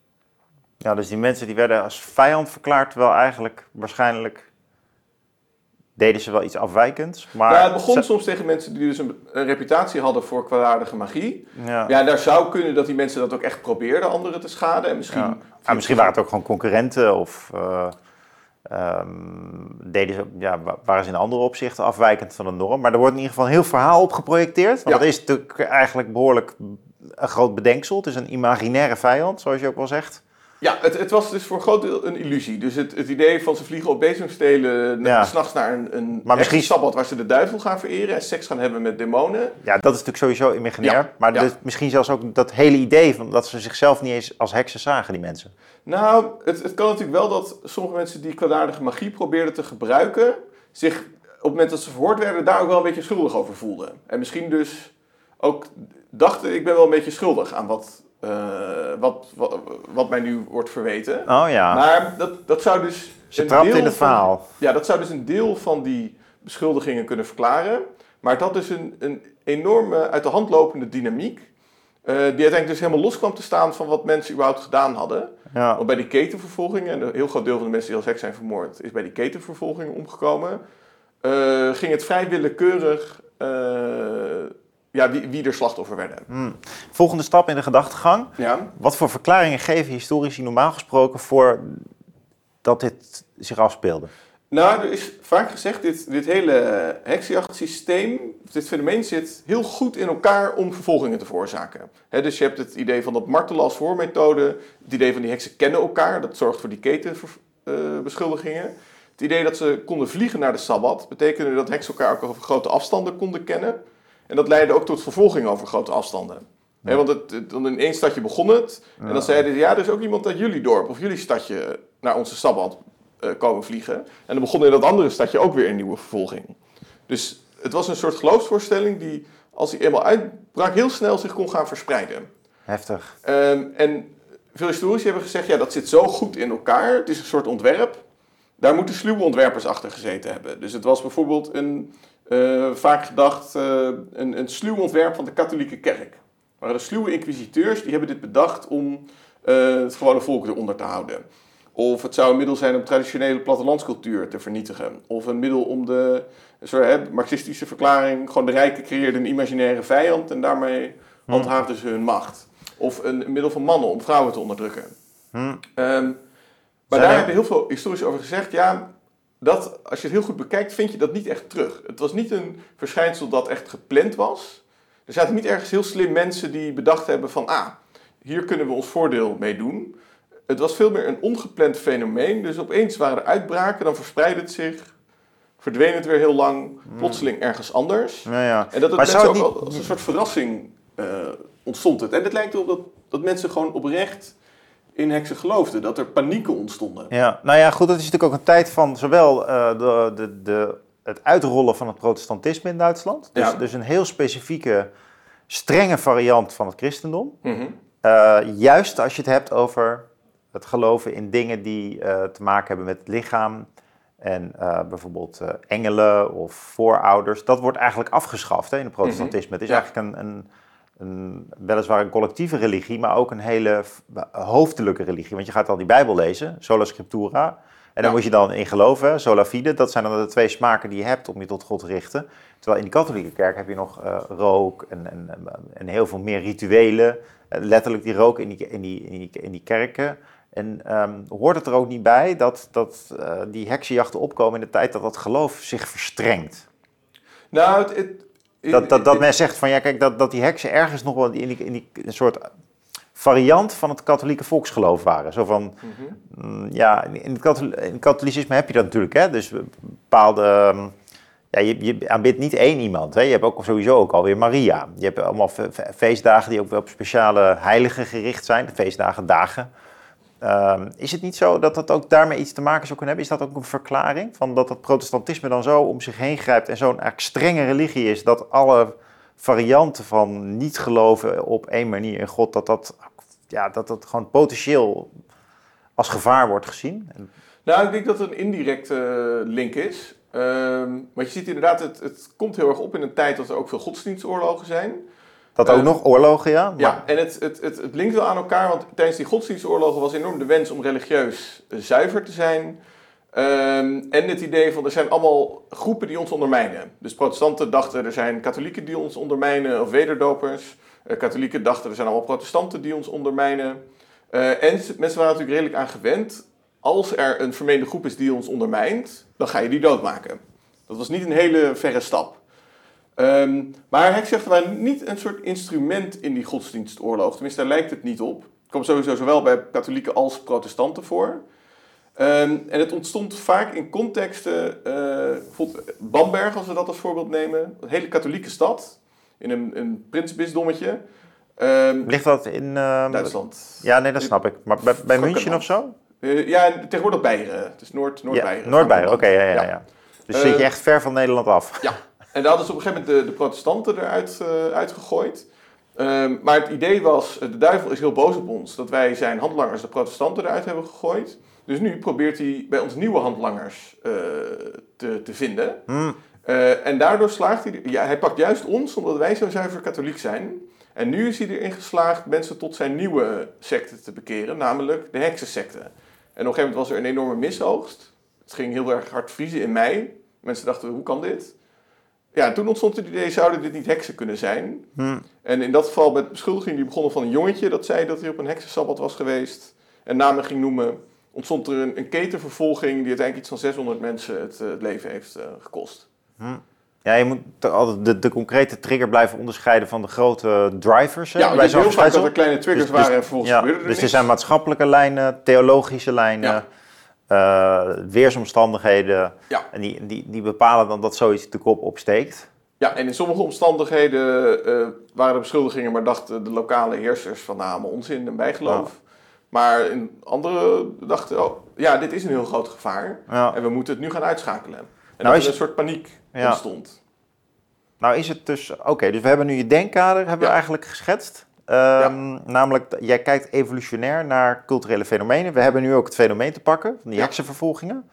Ja, dus die mensen die werden als vijand verklaard, terwijl eigenlijk waarschijnlijk deden ze wel iets afwijkends. Maar ja, het begon ze... soms tegen mensen die dus een, een reputatie hadden voor kwaadaardige magie. Ja. ja, daar zou kunnen dat die mensen dat ook echt probeerden anderen te schaden. En misschien, ja. Ja, misschien waren het ook gewoon concurrenten of uh, um, deden ze, ja, waren ze in andere opzichten afwijkend van de norm. Maar er wordt in ieder geval een heel verhaal op geprojecteerd. Want ja. dat is natuurlijk eigenlijk behoorlijk een groot bedenksel. Het is een imaginaire vijand, zoals je ook wel zegt. Ja, het, het was dus voor een groot deel een illusie. Dus het, het idee van ze vliegen op bezemstelen ja. 's nachts naar een, een maar misschien... sabbat waar ze de duivel gaan vereren en seks gaan hebben met demonen. Ja, dat is natuurlijk sowieso imaginair. Ja. Maar ja. dus misschien zelfs ook dat hele idee van dat ze zichzelf niet eens als heksen zagen, die mensen. Nou, het, het kan natuurlijk wel dat sommige mensen die kwaadaardige magie probeerden te gebruiken, zich op het moment dat ze verhoord werden daar ook wel een beetje schuldig over voelden. En misschien dus ook dachten, ik ben wel een beetje schuldig aan wat... Uh, wat, wat, wat mij nu wordt verweten. Oh ja. Maar dat, dat zou dus... Ze trapt in het verhaal. Van, ja, dat zou dus een deel van die beschuldigingen kunnen verklaren. Maar het had dus een, een enorme uit de hand lopende dynamiek. Uh, die uiteindelijk dus helemaal los kwam te staan van wat mensen überhaupt gedaan hadden. Ja. Want bij die ketenvervolgingen, en een heel groot deel van de mensen die als heks zijn vermoord, is bij die ketenvervolgingen omgekomen. uh, ging het vrij willekeurig uh, ja, wie, wie er slachtoffer werden. Hmm. Volgende stap in de gedachtegang. Ja. Wat voor verklaringen geven historici normaal gesproken voor dat dit zich afspeelde? Nou, er is vaak gezegd, dit, dit hele heksenjachtsysteem, dit fenomeen zit heel goed in elkaar om vervolgingen te veroorzaken. He, dus je hebt het idee van dat martelen als voormethode, het idee van die heksen kennen elkaar, dat zorgt voor die ketenbeschuldigingen. Uh, het idee dat ze konden vliegen naar de Sabbat, betekende dat heksen elkaar ook over grote afstanden konden kennen. En dat leidde ook tot vervolging over grote afstanden. Ja. He, want het, het, in één stadje begon het, en dan zeiden ze, ja, er is ook iemand uit jullie dorp of jullie stadje naar onze Sabbat komen vliegen. En dan begon in dat andere stadje ook weer een nieuwe vervolging. Dus het was een soort geloofsvoorstelling die, als die eenmaal uitbrak, heel snel zich kon gaan verspreiden. Heftig. Um, en veel historici hebben gezegd, ja, dat zit zo goed in elkaar. Het is een soort ontwerp. Daar moeten sluwe ontwerpers achter gezeten hebben. Dus het was bijvoorbeeld een, uh, vaak gedacht, uh, een, een sluw ontwerp van de katholieke kerk. Er waren de sluwe inquisiteurs, die hebben dit bedacht om uh, het gewone volk eronder te houden. Of het zou een middel zijn om traditionele plattelandscultuur te vernietigen. Of een middel om de sorry, hè, marxistische verklaring, gewoon de rijken creëerden een imaginaire vijand en daarmee handhaafden ze hun macht. Of een, een middel van mannen om vrouwen te onderdrukken. Hmm. Um, maar zijn daar er... hebben heel veel historici over gezegd, ja, dat, als je het heel goed bekijkt, vind je dat niet echt terug. Het was niet een verschijnsel dat echt gepland was. Er zaten niet ergens heel slim mensen die bedacht hebben van, ah, hier kunnen we ons voordeel mee doen. Het was veel meer een ongepland fenomeen. Dus opeens waren er uitbraken, dan verspreidde het zich. Verdween het weer heel lang, plotseling ergens anders. Ja, ja. En dat het maar mensen ook niet... al, als een soort verrassing uh, ontstond het. En het lijkt erop dat, dat mensen gewoon oprecht in heksen geloofden. Dat er panieken ontstonden. Ja, nou ja, goed, het is natuurlijk ook een tijd van zowel uh, de, de, de, het uitrollen van het protestantisme in Duitsland. Dus, ja. dus een heel specifieke, strenge variant van het christendom. Mm-hmm. Uh, juist als je het hebt over het geloven in dingen die uh, te maken hebben met het lichaam. En uh, bijvoorbeeld uh, engelen of voorouders. Dat wordt eigenlijk afgeschaft hè, in het protestantisme. Mm-hmm. Het is ja. eigenlijk een, een, een, weliswaar een collectieve religie, maar ook een hele hoofdelijke religie. Want je gaat dan die Bijbel lezen, sola scriptura. En dan ja. moet je dan in geloven, sola fide. Dat zijn dan de twee smaken die je hebt om je tot God te richten. Terwijl in de katholieke kerk heb je nog uh, rook en, en, en heel veel meer rituelen. Uh, letterlijk die rook in die, in die, in die, in die kerken. En um, hoort het er ook niet bij dat, dat uh, die heksenjachten opkomen in de tijd dat dat geloof zich verstrengt? Nou, het... het dat dat, dat men zegt van, ja kijk, dat, dat die heksen ergens nog wel in die, in die een soort variant van het katholieke volksgeloof waren. Zo van, mm-hmm. mm, ja, in het, kathol- in het katholicisme heb je dat natuurlijk, hè. Dus bepaalde... Um, ja, je, je aanbidt niet één iemand, hè. Je hebt ook sowieso ook alweer Maria. Je hebt allemaal fe- feestdagen die ook wel op speciale heiligen gericht zijn. De feestdagen, dagen. Um, is het niet zo dat dat ook daarmee iets te maken zou kunnen hebben? Is dat ook een verklaring van dat het protestantisme dan zo om zich heen grijpt en zo'n eigenlijk strenge religie is, dat alle varianten van niet geloven op één manier in God, dat dat, ja, dat, dat gewoon potentieel als gevaar wordt gezien? Nou, ik denk dat het een indirecte link is. Um, want je ziet inderdaad, het, het komt heel erg op in een tijd dat er ook veel godsdienstoorlogen zijn. Dat ook uh, nog, oorlogen, ja? Maar... Ja, en het, het, het, het linkt wel aan elkaar, want tijdens die godsdienstoorlogen was enorm de wens om religieus zuiver te zijn. Um, en het idee van, er zijn allemaal groepen die ons ondermijnen. Dus protestanten dachten, er zijn katholieken die ons ondermijnen, of wederdopers. Uh, katholieken dachten, er zijn allemaal protestanten die ons ondermijnen. Uh, en mensen waren natuurlijk redelijk aan gewend. Als er een vermeende groep is die ons ondermijnt, dan ga je die doodmaken. Dat was niet een hele verre stap. Um, maar heksenjachten waren niet een soort instrument in die godsdienstoorlog. Tenminste, daar lijkt het niet op. Het kwam sowieso zowel bij katholieken als protestanten voor. Um, en het ontstond vaak in contexten, uh, bijvoorbeeld Bamberg, als we dat als voorbeeld nemen. Een hele katholieke stad, in een, een prinsbisdommetje. Um, Ligt dat in... Uh, Duitsland. Ja, nee, dat snap ik. Maar bij, bij München of zo? Uh, ja, tegenwoordig Beieren. Het is Noord, Noord-Beieren. Ja, Noord-Beieren, oké, okay, ja, ja, ja, ja. Dus uh, zit je echt ver van Nederland af. Ja. En daar hadden ze op een gegeven moment de, de protestanten eruit uh, uitgegooid. Um, maar het idee was, de duivel is heel boos op ons, dat wij zijn handlangers de protestanten eruit hebben gegooid. Dus nu probeert hij bij ons nieuwe handlangers uh, te, te vinden. Hmm. Uh, en daardoor slaagt hij, ja, hij pakt juist ons, omdat wij zo zuiver katholiek zijn. En nu is hij erin geslaagd mensen tot zijn nieuwe secte te bekeren, namelijk de heksensecte. En op een gegeven moment was er een enorme misoogst. Het ging heel erg hard vriezen in mei. Mensen dachten, hoe kan dit? Ja, toen ontstond het idee, zouden dit niet heksen kunnen zijn? Hm. En in dat geval met beschuldigingen die begonnen van een jongetje dat zei dat hij op een heksensabbat was geweest en namen ging noemen, ontstond er een, een ketenvervolging die uiteindelijk iets van zeshonderd mensen het, uh, het leven heeft uh, gekost. Hm. Ja, je moet altijd de, de concrete trigger blijven onderscheiden van de grote drivers. Hè, ja, het bij is heel vaak dat er kleine triggers dus, waren dus, en vervolgens ja, gebeurde er Dus er niks. zijn maatschappelijke lijnen, theologische lijnen, ja. uh, weersomstandigheden. Ja. En die, die, die bepalen dan dat zoiets de kop opsteekt. Ja, en in sommige omstandigheden uh, waren er beschuldigingen, maar dachten de lokale heersers van nou, allemaal onzin en bijgeloof. Ja. Maar in andere dachten, oh, ja, dit is een heel groot gevaar ja. en we moeten het nu gaan uitschakelen. En nou dat er een soort paniek ja. ontstond. Nou is het dus, oké, okay, dus we hebben nu je denkkader hebben ja. we eigenlijk geschetst. Um, ja. Namelijk, jij kijkt evolutionair naar culturele fenomenen. We hebben nu ook het fenomeen te pakken, van die ja. heksenvervolgingen.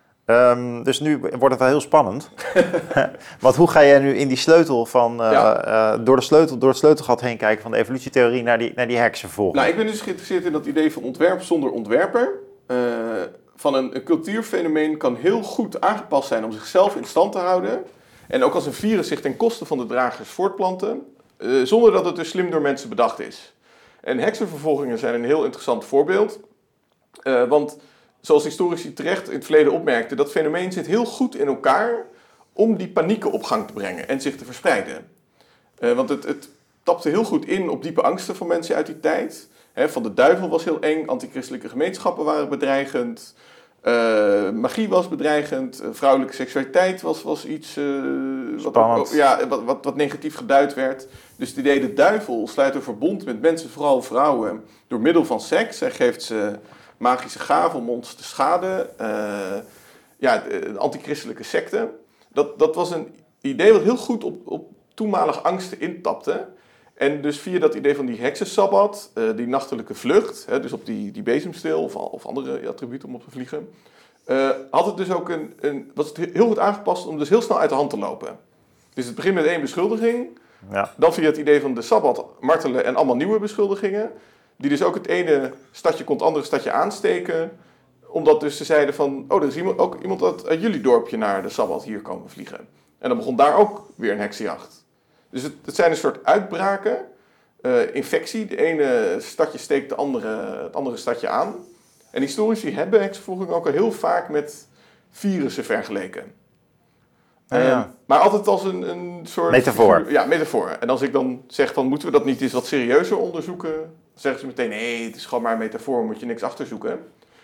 Um, dus nu wordt het wel heel spannend. Want hoe ga jij nu in die sleutel van, uh, ja. uh, door, de sleutel, door het sleutelgat heen kijken van de evolutietheorie naar die, naar die heksenvervolging? Nou, ik ben dus geïnteresseerd in dat idee van ontwerp zonder ontwerper. Uh, van een, een cultuurfenomeen kan heel goed aangepast zijn om zichzelf in stand te houden. En ook als een virus zich ten koste van de dragers voortplanten, uh, zonder dat het dus slim door mensen bedacht is. En heksenvervolgingen zijn een heel interessant voorbeeld. Uh, want zoals historici terecht in het verleden opmerkten, dat fenomeen zit heel goed in elkaar om die panieken op gang te brengen en zich te verspreiden. Uh, want het, het tapte heel goed in op diepe angsten van mensen uit die tijd. He, van de duivel was heel eng, antichristelijke gemeenschappen waren bedreigend, uh, magie was bedreigend, uh, vrouwelijke seksualiteit was, was iets uh, wat, ook, ja, wat, wat, wat negatief geduid werd. Dus het idee de duivel sluit een verbond met mensen, vooral vrouwen, door middel van seks. Hij geeft ze magische gaven om ons te schaden. Uh, ja, de antichristelijke secte. Dat, dat was een idee wat heel goed op, op toenmalige angsten intapte. En dus via dat idee van die heksensabbat, uh, die nachtelijke vlucht, hè, dus op die, die bezemsteel of, of andere attributen om op te vliegen, uh, had het dus ook een, een, was het heel goed aangepast om dus heel snel uit de hand te lopen. Dus het begint met één beschuldiging, ja. Dan via het idee van de sabbat martelen en allemaal nieuwe beschuldigingen, die dus ook het ene stadje kon het andere stadje aansteken, omdat dus ze zeiden van, oh, er is iemand, ook iemand uit, uit jullie dorpje naar de sabbat hier komen vliegen. En dan begon daar ook weer een heksenjacht. Dus het, het zijn een soort uitbraken, uh, infectie. De ene stadje steekt de andere, het andere stadje aan. En historici hebben heksenvervolging ook al heel vaak met virussen vergeleken. Ja, ja. Uh, maar altijd als een, een soort... Metafoor. Figuur, ja, metafoor. En als ik dan zeg van, moeten we dat niet eens wat serieuzer onderzoeken? Dan zeggen ze meteen, nee, het is gewoon maar een metafoor, moet je niks achterzoeken.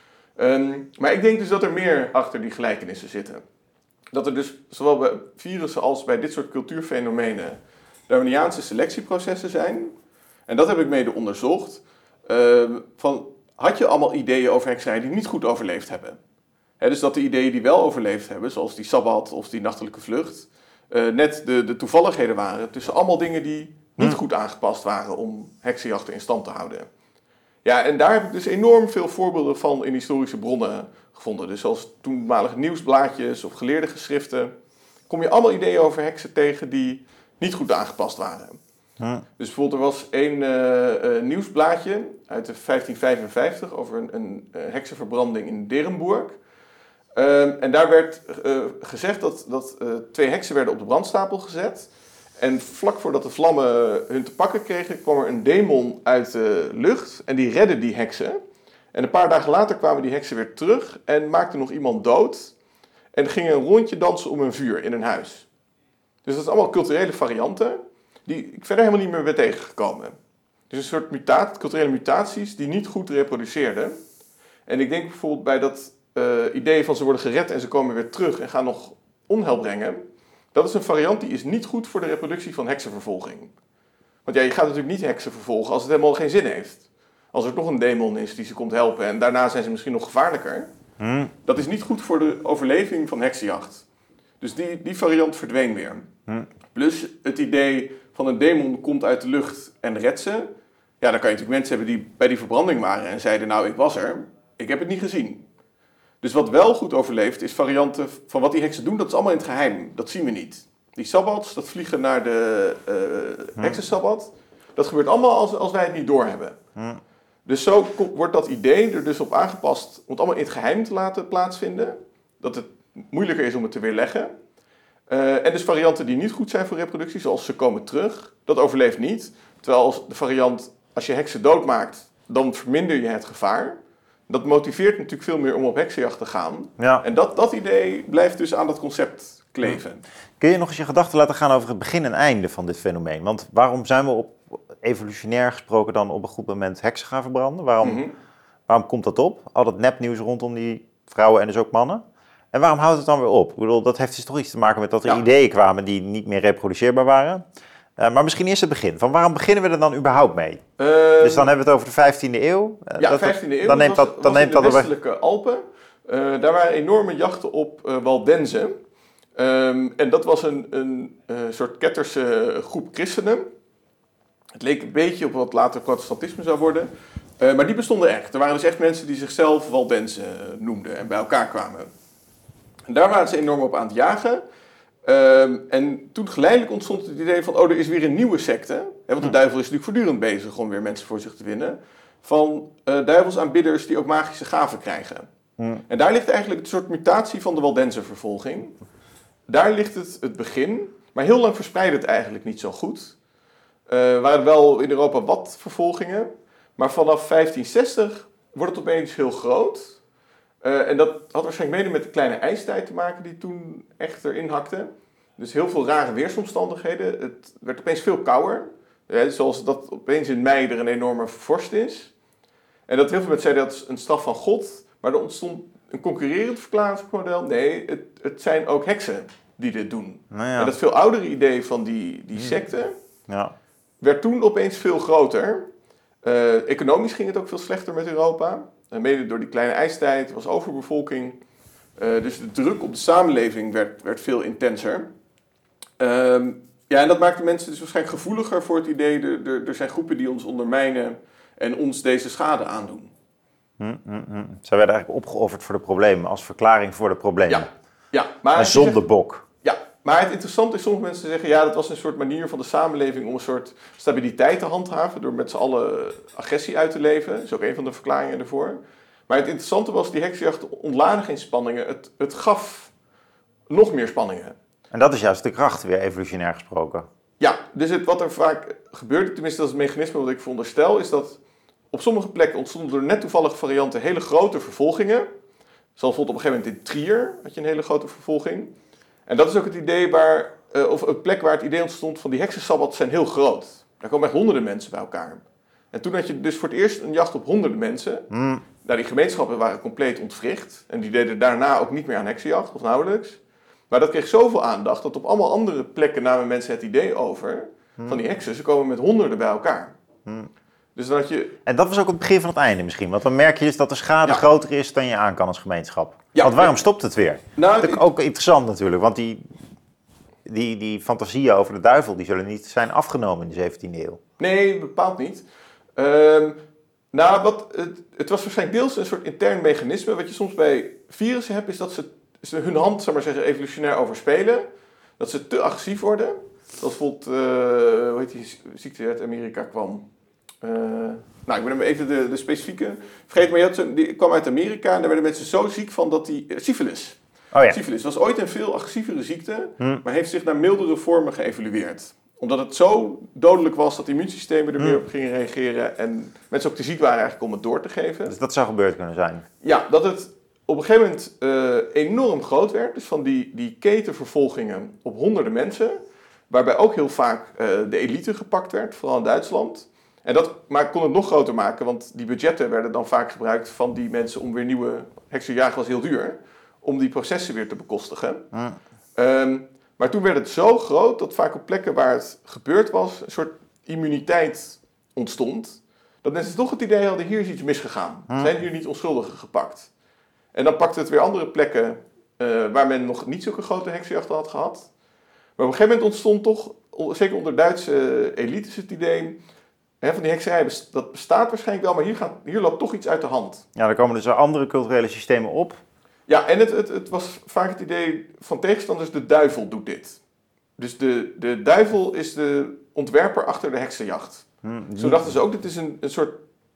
Um, maar ik denk dus dat er meer achter die gelijkenissen zitten. Dat er dus zowel bij virussen als bij dit soort cultuurfenomenen Darwiniaanse selectieprocessen zijn. En dat heb ik mede onderzocht. Uh, van, had je allemaal ideeën over hekserij die niet goed overleefd hebben? He, dus dat de ideeën die wel overleefd hebben, zoals die sabbat of die nachtelijke vlucht, uh, net de, de toevalligheden waren tussen allemaal dingen die niet goed aangepast waren om heksenjachten in stand te houden. Ja, en daar heb ik dus enorm veel voorbeelden van in historische bronnen gevonden. Dus zoals toenmalige nieuwsblaadjes of geleerde geschriften, kom je allemaal ideeën over heksen tegen die niet goed aangepast waren. Hm. Dus bijvoorbeeld er was één uh, uh, nieuwsblaadje uit de vijftien vijfenvijftig over een, een uh, heksenverbranding in Derenburg. Um, en daar werd uh, gezegd dat, dat uh, twee heksen werden op de brandstapel gezet. En vlak voordat de vlammen hun te pakken kregen, kwam er een demon uit de lucht en die redde die heksen. En een paar dagen later kwamen die heksen weer terug en maakten nog iemand dood. En gingen een rondje dansen om een vuur in een huis. Dus dat zijn allemaal culturele varianten die ik verder helemaal niet meer ben tegengekomen. Dus een soort muta- culturele mutaties die niet goed reproduceerden. En ik denk bijvoorbeeld bij dat uh, idee van ze worden gered en ze komen weer terug en gaan nog onheil brengen. Dat is een variant die is niet goed voor de reproductie van heksenvervolging. Want ja, je gaat natuurlijk niet heksen vervolgen als het helemaal geen zin heeft. Als er toch een demon is die ze komt helpen en daarna zijn ze misschien nog gevaarlijker. Hmm. Dat is niet goed voor de overleving van heksenjacht. Dus die, die variant verdween weer. Hmm. Plus het idee van een demon komt uit de lucht en redt ze. Ja, dan kan je natuurlijk mensen hebben die bij die verbranding waren en zeiden, nou, ik was er, ik heb het niet gezien. Dus wat wel goed overleeft is varianten van wat die heksen doen, dat is allemaal in het geheim. Dat zien we niet. Die sabbats, dat vliegen naar de uh, heksensabbat, dat gebeurt allemaal als, als wij het niet doorhebben. Hmm. Dus zo wordt dat idee er dus op aangepast om het allemaal in het geheim te laten plaatsvinden. Dat het moeilijker is om het te weerleggen. Uh, en dus varianten die niet goed zijn voor reproductie, zoals ze komen terug, dat overleeft niet. Terwijl als de variant, als je heksen doodmaakt, dan verminder je het gevaar. Dat motiveert natuurlijk veel meer om op heksenjacht te gaan. Ja. En dat, dat idee blijft dus aan dat concept kleven. Kun je nog eens je gedachten laten gaan over het begin en einde van dit fenomeen? Want waarom zijn we op evolutionair gesproken dan op een goed moment heksen gaan verbranden? Waarom, mm-hmm. waarom komt dat op? Al dat nepnieuws rondom die vrouwen en dus ook mannen. En waarom houdt het dan weer op? Ik bedoel, dat heeft dus toch iets te maken met dat er ja. ideeën kwamen die niet meer reproduceerbaar waren. Uh, maar misschien eerst het begin. Van waarom beginnen we er dan überhaupt mee? Uh, dus dan hebben we het over de vijftiende eeuw. Uh, ja, vijftiende eeuw. Dan neemt dat, dan was neemt in de dat westelijke op... Alpen. Uh, daar waren enorme jachten op uh, waldenzen. Um, en dat was een, een uh, soort ketterse groep christenen. Het leek een beetje op wat later protestantisme zou worden. Uh, maar die bestonden echt. Er waren dus echt mensen die zichzelf waldenzen noemden en bij elkaar kwamen. En daar waren ze enorm op aan het jagen. Um, en toen geleidelijk ontstond het idee van, oh, er is weer een nieuwe secte. Hè, want de duivel is natuurlijk voortdurend bezig om weer mensen voor zich te winnen. Van uh, duivelsaanbidders die ook magische gaven krijgen. Hmm. En daar ligt eigenlijk een soort mutatie van de waldenzenvervolging. Daar ligt het, het begin. Maar heel lang verspreidde het eigenlijk niet zo goed. Er uh, waren wel in Europa wat vervolgingen. Maar vanaf vijftienzestig wordt het opeens heel groot. Uh, en dat had waarschijnlijk mede met de kleine ijstijd te maken die toen echt erin hakte. Dus heel veel rare weersomstandigheden. Het werd opeens veel kouder. Ja, zoals dat opeens in mei er een enorme vorst is. En dat heel veel mensen zeiden dat is een straf van God. Maar er ontstond een concurrerend verklaringsmodel. Nee, het, het zijn ook heksen die dit doen. Nou ja. En dat veel oudere idee van die, die secte ja. werd toen opeens veel groter. Uh, economisch ging het ook veel slechter met Europa. Uh, mede door die kleine ijstijd, was overbevolking. Uh, dus de druk op de samenleving werd, werd veel intenser. Uh, ja, en dat maakte mensen dus waarschijnlijk gevoeliger voor het idee... Er, er, er zijn groepen die ons ondermijnen en ons deze schade aandoen. Mm, mm, mm. Zij werden eigenlijk opgeofferd voor de problemen, als verklaring voor de problemen. Ja, ja maar... Een zondebok. Ja, maar het interessante is, sommige mensen zeggen... ja, dat was een soort manier van de samenleving om een soort stabiliteit te handhaven... door met z'n allen agressie uit te leven. Dat is ook een van de verklaringen ervoor. Maar het interessante was, die heksenjacht ontlaadde geen spanningen. Het, het gaf nog meer spanningen. En dat is juist de kracht, weer evolutionair gesproken. Ja, dus het, wat er vaak gebeurde, tenminste dat is het mechanisme wat ik veronderstel... is dat op sommige plekken ontstonden door net toevallige varianten hele grote vervolgingen. Zoals bijvoorbeeld op een gegeven moment in Trier had je een hele grote vervolging... En dat is ook het idee waar, uh, of een plek waar het idee ontstond van die heksensabbat zijn heel groot. Daar komen echt honderden mensen bij elkaar. En toen had je dus voor het eerst een jacht op honderden mensen. Mm. Nou, die gemeenschappen waren compleet ontwricht. En die deden daarna ook niet meer aan heksenjacht, of nauwelijks. Maar dat kreeg zoveel aandacht dat op allemaal andere plekken namen mensen het idee over mm. van die heksen. Ze komen met honderden bij elkaar. Mm. Dus dan had je... En dat was ook het begin van het einde misschien. Want dan merk je dus dat de schade ja. groter is dan je aan kan als gemeenschap. Ja, want waarom ja. stopt het weer? Nou, dat is ook interessant natuurlijk. Want die, die, die fantasieën over de duivel die zullen niet zijn afgenomen in de zeventiende eeuw. Nee, bepaald niet. Um, nou, wat, het, het was waarschijnlijk deels een soort intern mechanisme. Wat je soms bij virussen hebt, is dat ze, ze hun hand, zeg maar zeggen, evolutionair overspelen. Dat ze te agressief worden. Zoals bijvoorbeeld, uh, hoe heet die ziekte die uit Amerika kwam... Uh, nou, ik ben hem even de, de specifieke vergeten, maar je had, die kwam uit Amerika en daar werden mensen zo ziek van dat die... Uh, syfilis. Oh ja. Syfilis was ooit een veel agressievere ziekte, hm. maar heeft zich naar mildere vormen geëvolueerd. Omdat het zo dodelijk was dat immuunsystemen er hm. meer op gingen reageren en mensen ook te ziek waren eigenlijk om het door te geven. Dus dat zou gebeurd kunnen zijn? Ja, dat het op een gegeven moment uh, enorm groot werd. Dus van die, die ketenvervolgingen op honderden mensen, waarbij ook heel vaak uh, de elite gepakt werd, vooral in Duitsland. En dat maar kon het nog groter maken, want die budgetten werden dan vaak gebruikt van die mensen om weer nieuwe... Heksenjagen was heel duur, om die processen weer te bekostigen. Mm. Um, maar toen werd het zo groot dat vaak op plekken waar het gebeurd was... een soort immuniteit ontstond. Dat mensen toch het idee hadden, hier is iets misgegaan. Mm. Zijn hier niet onschuldigen gepakt? En dan pakte het weer andere plekken uh, waar men nog niet zulke grote heksenjachten had gehad. Maar op een gegeven moment ontstond toch, zeker onder Duitse elites, het idee... He, van die hekserij, dat bestaat waarschijnlijk wel, maar hier, gaat, hier loopt toch iets uit de hand. Ja, er komen dus andere culturele systemen op. Ja, en het, het, het was vaak het idee van tegenstanders, de duivel doet dit. Dus de, de duivel is de ontwerper achter de heksenjacht. Hmm, Zo dachten ze ook, dit is een, een soort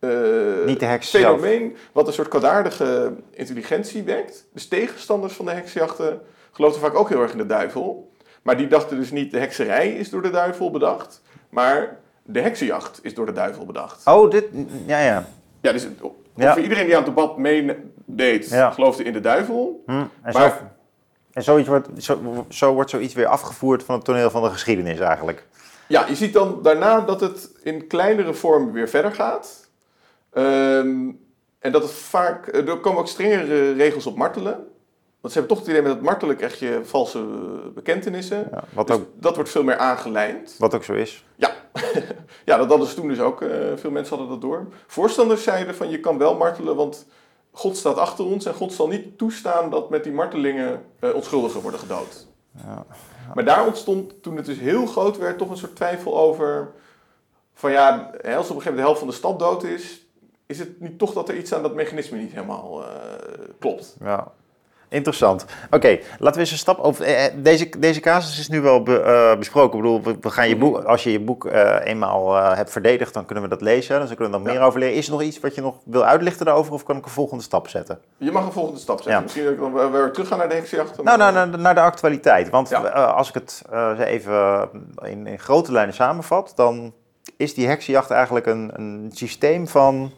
uh, Niet de heks fenomeen zelf. wat een soort kwaadaardige intelligentie wekt. Dus tegenstanders van de heksenjachten geloofden vaak ook heel erg in de duivel. Maar die dachten dus niet de hekserij is door de duivel bedacht, maar de heksenjacht is door de duivel bedacht. Oh, dit... Ja, ja. Ja, dus ongeveer Ja. iedereen die aan het debat meedeed, Ja. geloofde in de duivel. Hm. En, Maar- zo, en zoiets wordt, zo, zo wordt zoiets weer afgevoerd van het toneel van de geschiedenis eigenlijk. Ja, je ziet dan daarna dat het in kleinere vorm weer verder gaat. Um, en dat het vaak... Er komen ook strengere regels op martelen. Want ze hebben toch het idee met het martelen krijg je valse bekentenissen. Ja, wat, Dus ook, dat wordt veel meer aangelijnd. wat ook zo is. Ja, ja dat hadden ze toen dus ook. Uh, veel mensen hadden dat door. Voorstanders zeiden van je kan wel martelen, want God staat achter ons. En God zal niet toestaan dat met die martelingen uh, onschuldigen worden gedood. Ja, ja. Maar daar ontstond, toen het dus heel groot werd, toch een soort twijfel over... van ja, als op een gegeven moment de helft van de stad dood is... is het niet toch dat er iets aan dat mechanisme niet helemaal uh, klopt. Ja. Interessant. Oké, okay, laten we eens een stap over... Eh, deze, deze casus is nu wel be, uh, besproken. Ik bedoel, we, we gaan je boek, als je je boek uh, eenmaal uh, hebt verdedigd, dan kunnen we dat lezen. Dus dan kunnen we er nog ja. meer over leren. Is er nog iets wat je nog wil uitlichten daarover of kan ik een volgende stap zetten? Je mag een volgende stap zetten. Ja. Misschien dat ik dan weer terug ga naar de heksenjacht. Nou, naar, naar, naar de actualiteit. Want ja. uh, als ik het uh, even in, in grote lijnen samenvat, dan is die heksenjacht eigenlijk een, een systeem van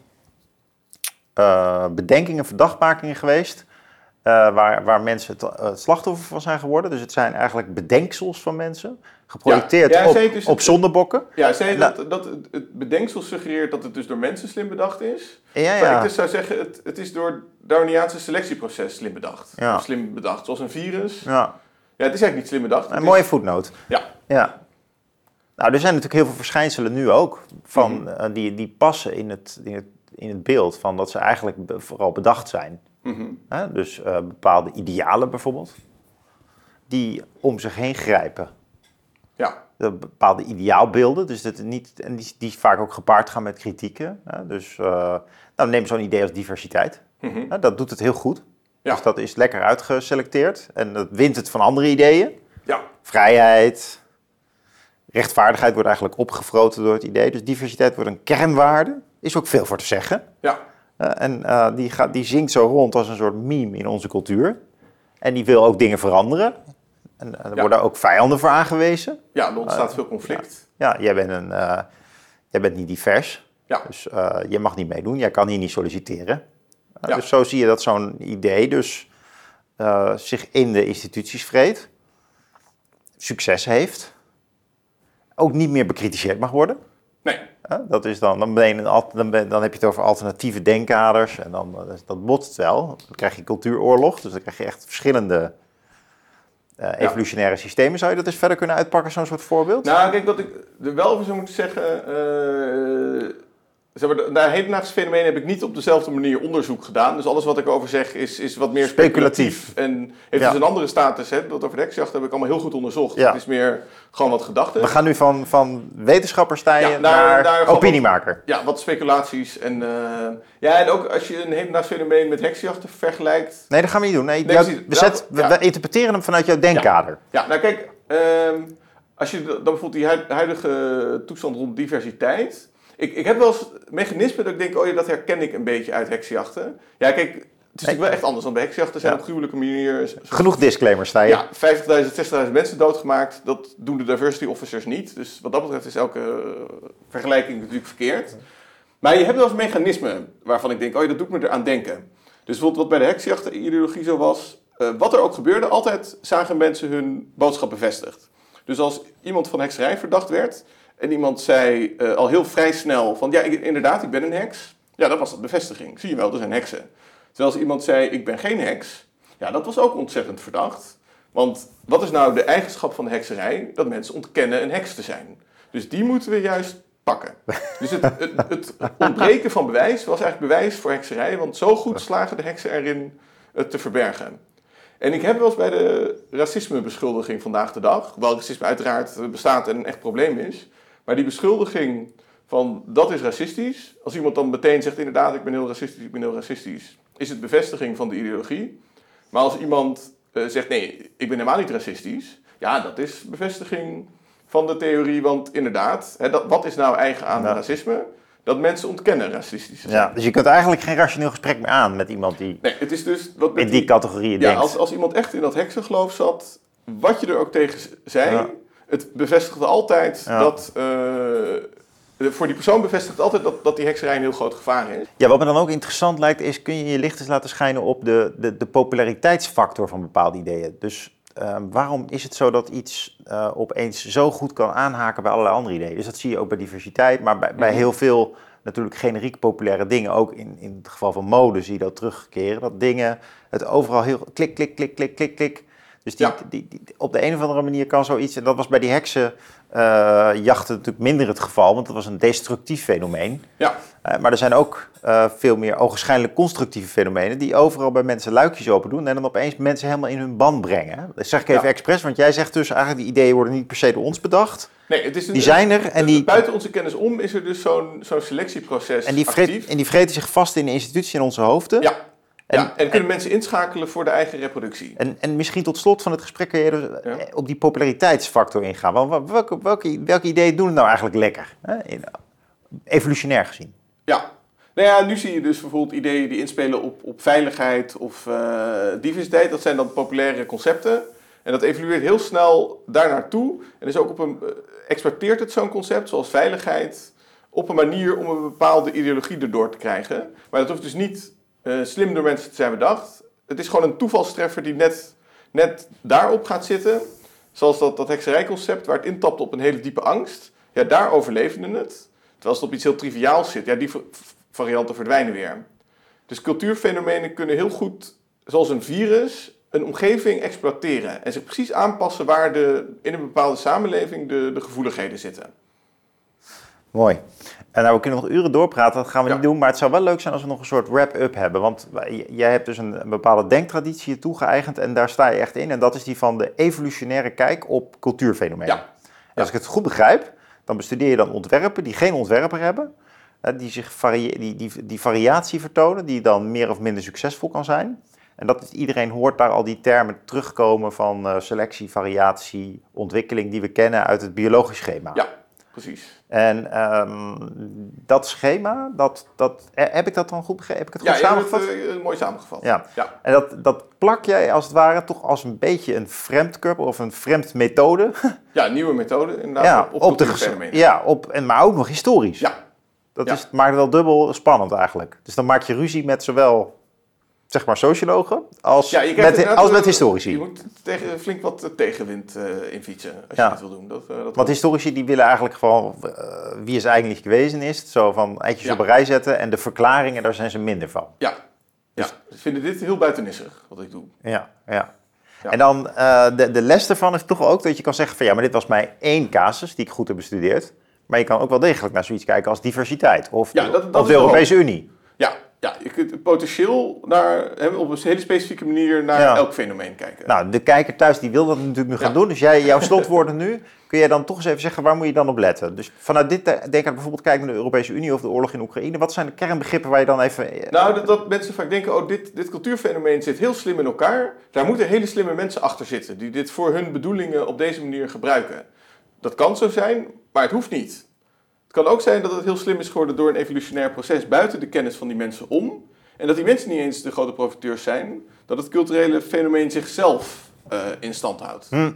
uh, bedenkingen, verdachtmakingen geweest... Uh, waar, waar mensen het, uh, het slachtoffer van zijn geworden. Dus het zijn eigenlijk bedenksels van mensen. Geprojecteerd ja, ja, op, dus op zondebokken. Ja, zei nou, dat, dat het bedenksel suggereert dat het dus door mensen slim bedacht is. Ja, ja. Ik dus zou zeggen, het, het is door het Darwiniaanse selectieproces slim bedacht. Ja. Slim bedacht, zoals een virus. Ja, ja het is eigenlijk niet slim bedacht. Een is... mooie voetnoot. Ja. ja. Nou, er zijn natuurlijk heel veel verschijnselen nu ook. Van, mm-hmm. uh, die, die passen in het, in, het, in het beeld van dat ze eigenlijk be, vooral bedacht zijn. Mm-hmm. He, dus uh, bepaalde idealen bijvoorbeeld, die om zich heen grijpen. Ja. De bepaalde ideaalbeelden, dus dat niet, en die, die vaak ook gepaard gaan met kritieken. He, dus uh, nou, neem zo'n idee als diversiteit. Mm-hmm. He, dat doet het heel goed. Ja. Dus dat is lekker uitgeselecteerd en dat wint het van andere ideeën. Ja. Vrijheid, rechtvaardigheid wordt eigenlijk opgefroten door het idee. Dus diversiteit wordt een kernwaarde, is ook veel voor te zeggen. Ja. Uh, en uh, die, gaat, die zingt zo rond als een soort meme in onze cultuur. En die wil ook dingen veranderen. En uh, er ja. worden ook vijanden voor aangewezen. Ja, er ontstaat uh, veel conflict. Ja, ja jij, bent een, uh, jij bent niet divers. Ja. Dus uh, je mag niet meedoen. Jij kan hier niet solliciteren. Uh, ja. Dus zo zie je dat zo'n idee dus uh, zich in de instituties vreet. Succes heeft. Ook niet meer bekritiseerd mag worden. Nee. Ja, dat is dan, dan, ben je een, dan, ben, dan heb je het over alternatieve denkkaders en dan, dat botst wel. Dan krijg je cultuuroorlog, dus dan krijg je echt verschillende uh, evolutionaire ja. systemen. Zou je dat eens verder kunnen uitpakken, zo'n soort voorbeeld? Nou, kijk, wat ik er wel over zou moeten zeggen... Uh, zeg maar, naar hedendaagse fenomenen heb ik niet op dezelfde manier onderzoek gedaan. Dus alles wat ik over zeg is, is wat meer speculatief. speculatief. En heeft ja. dus een andere status. Hè? Dat over de heksenjacht heb ik allemaal heel goed onderzocht. Ja. Het is meer gewoon wat gedachten. We gaan nu van, van wetenschapper stijgen ja, naar, naar, naar opiniemaker. Wat, ja, wat speculaties. En, uh, ja, en ook als je een hedendaags fenomeen met heksenjachten vergelijkt... Nee, dat gaan we niet doen. Nee, nee, jou, we, nou, zet, ja. we, we interpreteren hem vanuit jouw denkkader. Ja, ja nou kijk, um, als je dan bijvoorbeeld die huidige toestand rond diversiteit... Ik, ik heb wel eens mechanismen dat ik denk, oh ja, dat herken ik een beetje uit heksenjachten. Ja, kijk, het is natuurlijk wel echt anders dan bij heksenjachten. zijn ja. op gruwelijke manier... Zo, Genoeg disclaimers, sta je. Ja, vijftigduizend, zestigduizend mensen doodgemaakt. Dat doen de diversity officers niet. Dus wat dat betreft is elke uh, vergelijking natuurlijk verkeerd. Maar je hebt wel eens mechanismen waarvan ik denk, oh ja, dat doet me eraan denken. Dus bijvoorbeeld wat bij de heksenjachten-ideologie zo was... Uh, wat er ook gebeurde, altijd zagen mensen hun boodschap bevestigd. Dus als iemand van hekserij verdacht werd... En iemand zei uh, al heel vrij snel van, ja, ik, inderdaad, ik ben een heks. Ja, dat was dat bevestiging. Zie je wel, er zijn heksen. Terwijl als iemand zei, ik ben geen heks. Ja, dat was ook ontzettend verdacht. Want wat is nou de eigenschap van de hekserij? Dat mensen ontkennen een heks te zijn. Dus die moeten we juist pakken. Dus het, het, het ontbreken van bewijs was eigenlijk bewijs voor hekserij. Want zo goed slagen de heksen erin het te verbergen. En ik heb wel eens bij de racismebeschuldiging vandaag de dag... hoewel racisme uiteraard bestaat en een echt probleem is... Maar die beschuldiging van dat is racistisch, als iemand dan meteen zegt inderdaad ik ben heel racistisch, ik ben heel racistisch, is het bevestiging van de ideologie. Maar als iemand uh, zegt nee, ik ben helemaal niet racistisch, ja dat is bevestiging van de theorie, want inderdaad, hè, dat, wat is nou eigen aan ja. racisme? dat mensen ontkennen racistisch te zijn. Ja, dus je kunt eigenlijk geen rationeel gesprek meer aan met iemand die Nee, het is dus wat met in die categorieën ja, denkt. Als, als iemand echt in dat heksengeloof zat, wat je er ook tegen zei, Ja. het bevestigde altijd Ja. dat... Uh, voor die persoon bevestigt altijd dat, dat die hekserij een heel groot gevaar is. Ja, wat me dan ook interessant lijkt is, kun je je licht eens laten schijnen op de, de, de populariteitsfactor van bepaalde ideeën. Dus uh, waarom is het zo dat iets uh, opeens zo goed kan aanhaken bij allerlei andere ideeën? Dus dat zie je ook bij diversiteit, maar bij, bij heel veel natuurlijk generiek populaire dingen, ook in, in het geval van mode zie je dat terugkeren. Dat dingen het overal heel klik, klik, klik, klik, klik, klik. Dus die, Ja. die, die, op de een of andere manier kan zoiets, en dat was bij die heksenjachten uh, natuurlijk minder het geval, want dat was een destructief fenomeen. Ja. Uh, maar er zijn ook uh, veel meer ogenschijnlijk constructieve fenomenen die overal bij mensen luikjes open doen en dan opeens mensen helemaal in hun ban brengen. Dat zeg ik even Ja. expres, want jij zegt dus eigenlijk die ideeën worden niet per se door ons bedacht. Nee, het is een, Die zijn er en die, buiten onze kennis om is er dus zo'n zo'n selectieproces en die, actief. vreet, en die vreten zich vast in de institutie in onze hoofden. Ja. En, ja, en kunnen en, mensen inschakelen voor de eigen reproductie. En, en misschien tot slot van het gesprek kun je dus Ja. op die populariteitsfactor ingaan. Want welke, welke, welke ideeën doen het nou eigenlijk lekker? Hè? In, evolutionair gezien. Ja. Nou ja, nu zie je dus bijvoorbeeld ideeën die inspelen op, op veiligheid of uh, diversiteit. Dat zijn dan populaire concepten. En dat evolueert heel snel daar naartoe. En dus ook op een, uh, exploiteert het zo'n concept, zoals veiligheid, op een manier om een bepaalde ideologie erdoor te krijgen. Maar dat hoeft dus niet uh, slim door mensen te zijn bedacht. Het is gewoon een toevalstreffer die net, net daarop gaat zitten. Zoals dat, dat hekserijconcept waar het intapt op een hele diepe angst. Ja, daar overleefde het. Terwijl het op iets heel triviaals zit. Ja, die varianten verdwijnen weer. Dus cultuurfenomenen kunnen heel goed, zoals een virus, een omgeving exploiteren. En zich precies aanpassen waar de, in een bepaalde samenleving de, de gevoeligheden zitten. Mooi. En nou, we kunnen nog uren doorpraten, dat gaan we ja. niet doen. Maar het zou wel leuk zijn als we nog een soort wrap-up hebben. Want jij hebt dus een, een bepaalde denktraditie je toegeëigend en daar sta je echt in. En dat is die van de evolutionaire kijk op cultuurfenomenen. Ja. En als ik het goed begrijp, dan bestudeer je dan ontwerpen die geen ontwerper hebben. Die, zich varie- die, die, die variatie vertonen, die dan meer of minder succesvol kan zijn. En dat is, iedereen hoort daar al die termen terugkomen van uh, selectie, variatie, ontwikkeling die we kennen uit het biologisch schema. Ja, precies. En um, dat schema, dat, dat, heb ik dat dan goed begrepen? Heb ik het goed ja, samengevat? Ja, je hebt het uh, mooi samengevat. Ja. ja. En dat, dat plak jij als het ware toch als een beetje een vreemdkörper of een vreemd methode. Ja, een nieuwe methode inderdaad. Ja, op, op, op de fenomenen. Ja, op, en, maar ook nog historisch. Ja. Dat ja. is, maakt het wel dubbel spannend eigenlijk. Dus dan maak je ruzie met zowel, zeg maar, sociologen als, ja, je met, als met historici. Je moet tegen, flink wat tegenwind uh, in fietsen als ja. je dat wil doen. Dat, uh, dat Want historici die willen eigenlijk gewoon uh, wie is eigenlijk geweest is. Zo van eitjes ja. op een rij zetten en de verklaringen, daar zijn ze minder van. Ja, dus, ja. Ze vinden dit heel buitenissig wat ik doe. Ja, ja. Ja. En dan uh, de, de les ervan is toch ook dat je kan zeggen van ja, maar dit was mij één casus die ik goed heb bestudeerd. Maar je kan ook wel degelijk naar zoiets kijken als diversiteit of ja, de, dat, dat of de Europese Unie. Ja, ja, je kunt potentieel naar, op een hele specifieke manier naar ja. elk fenomeen kijken. Nou, de kijker thuis die wil dat natuurlijk nu gaan ja. doen. Dus jij, jouw slotwoorden nu, kun jij dan toch eens even zeggen waar moet je dan op letten? Dus vanuit dit, denk aan bijvoorbeeld kijken naar de Europese Unie of de oorlog in Oekraïne. Wat zijn de kernbegrippen waar je dan even... Nou, dat, dat mensen vaak denken, oh, dit, dit cultuurfenomeen zit heel slim in elkaar. Daar moeten hele slimme mensen achter zitten die dit voor hun bedoelingen op deze manier gebruiken. Dat kan zo zijn, maar het hoeft niet. Het kan ook zijn dat het heel slim is geworden door een evolutionair proces buiten de kennis van die mensen om. En dat die mensen niet eens de grote profiteurs zijn. Dat het culturele fenomeen zichzelf uh, in stand houdt. Hm.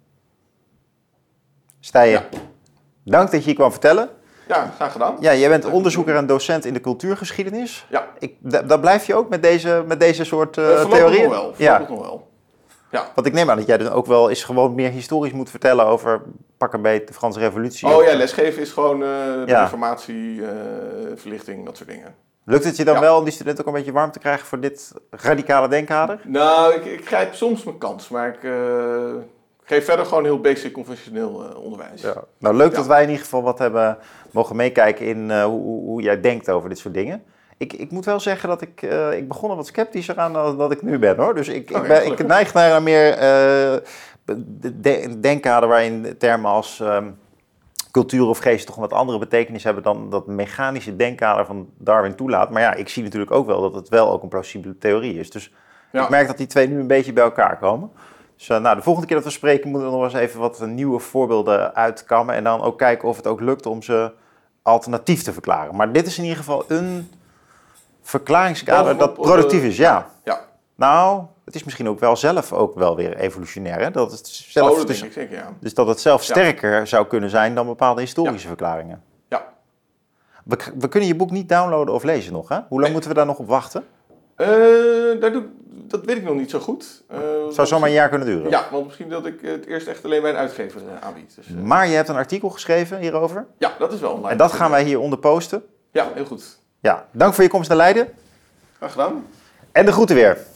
Stijn, ja. dank dat je hier kwam vertellen. Ja, graag gedaan. Ja, jij bent onderzoeker en docent in de cultuurgeschiedenis. Ja. Ik, d- daar blijf je ook met deze, met deze soort uh, uh, theorieën? Nog wel. Ja. nog wel. Ja. Want ik neem aan dat jij dan ook wel eens gewoon meer historisch moet vertellen over pak een beetje de Franse Revolutie. Oh ja, lesgeven is gewoon uh, ja. informatie, uh, verlichting, dat soort dingen. Lukt het je dan ja. wel om die studenten ook een beetje warm te krijgen voor dit radicale denkkader? Nou, ik, ik grijp soms mijn kans, maar ik uh, geef verder gewoon heel basic conventioneel uh, onderwijs. Ja. Nou, leuk ja. dat wij in ieder geval wat hebben mogen meekijken in uh, hoe, hoe jij denkt over dit soort dingen. Ik, ik moet wel zeggen dat ik, uh, ik begon er wat sceptischer aan dan dat ik nu ben, hoor. Dus ik, okay, ik, ben, ik neig naar een meer uh, de, de, denkkader waarin termen als um, cultuur of geest toch een wat andere betekenis hebben dan dat mechanische denkkader van Darwin toelaat. Maar ja, ik zie natuurlijk ook wel dat het wel ook een plausibele theorie is. Dus ja. ik merk dat die twee nu een beetje bij elkaar komen. Dus uh, nou, de volgende keer dat we spreken moeten we nog eens even wat nieuwe voorbeelden uitkammen. En dan ook kijken of het ook lukt om ze alternatief te verklaren. Maar dit is in ieder geval een verklaringskader dat Bovenop, productief uh, is, ja. Ja. Nou, het is misschien ook wel zelf ook wel weer evolutionair. Hè? Dat het zelf, Oh, dat dus, denk ik zeker, ja. dus dat het zelf Ja. sterker zou kunnen zijn dan bepaalde historische Ja. verklaringen. Ja. We, we kunnen je boek niet downloaden of lezen nog, hè? Hoe lang Nee. moeten we daar nog op wachten? Uh, daar doe, dat weet ik nog niet zo goed. Uh, Het zou zomaar een jaar kunnen duren. Ja, want misschien dat ik het eerst echt alleen bij een uitgever uh, aanbied. Dus, uh, Maar je hebt een artikel geschreven hierover. ja, dat is wel online. En dat gaan wij hieronder posten. Ja, heel goed. Ja, dank voor je komst naar Leiden. Graag gedaan. En de groeten weer.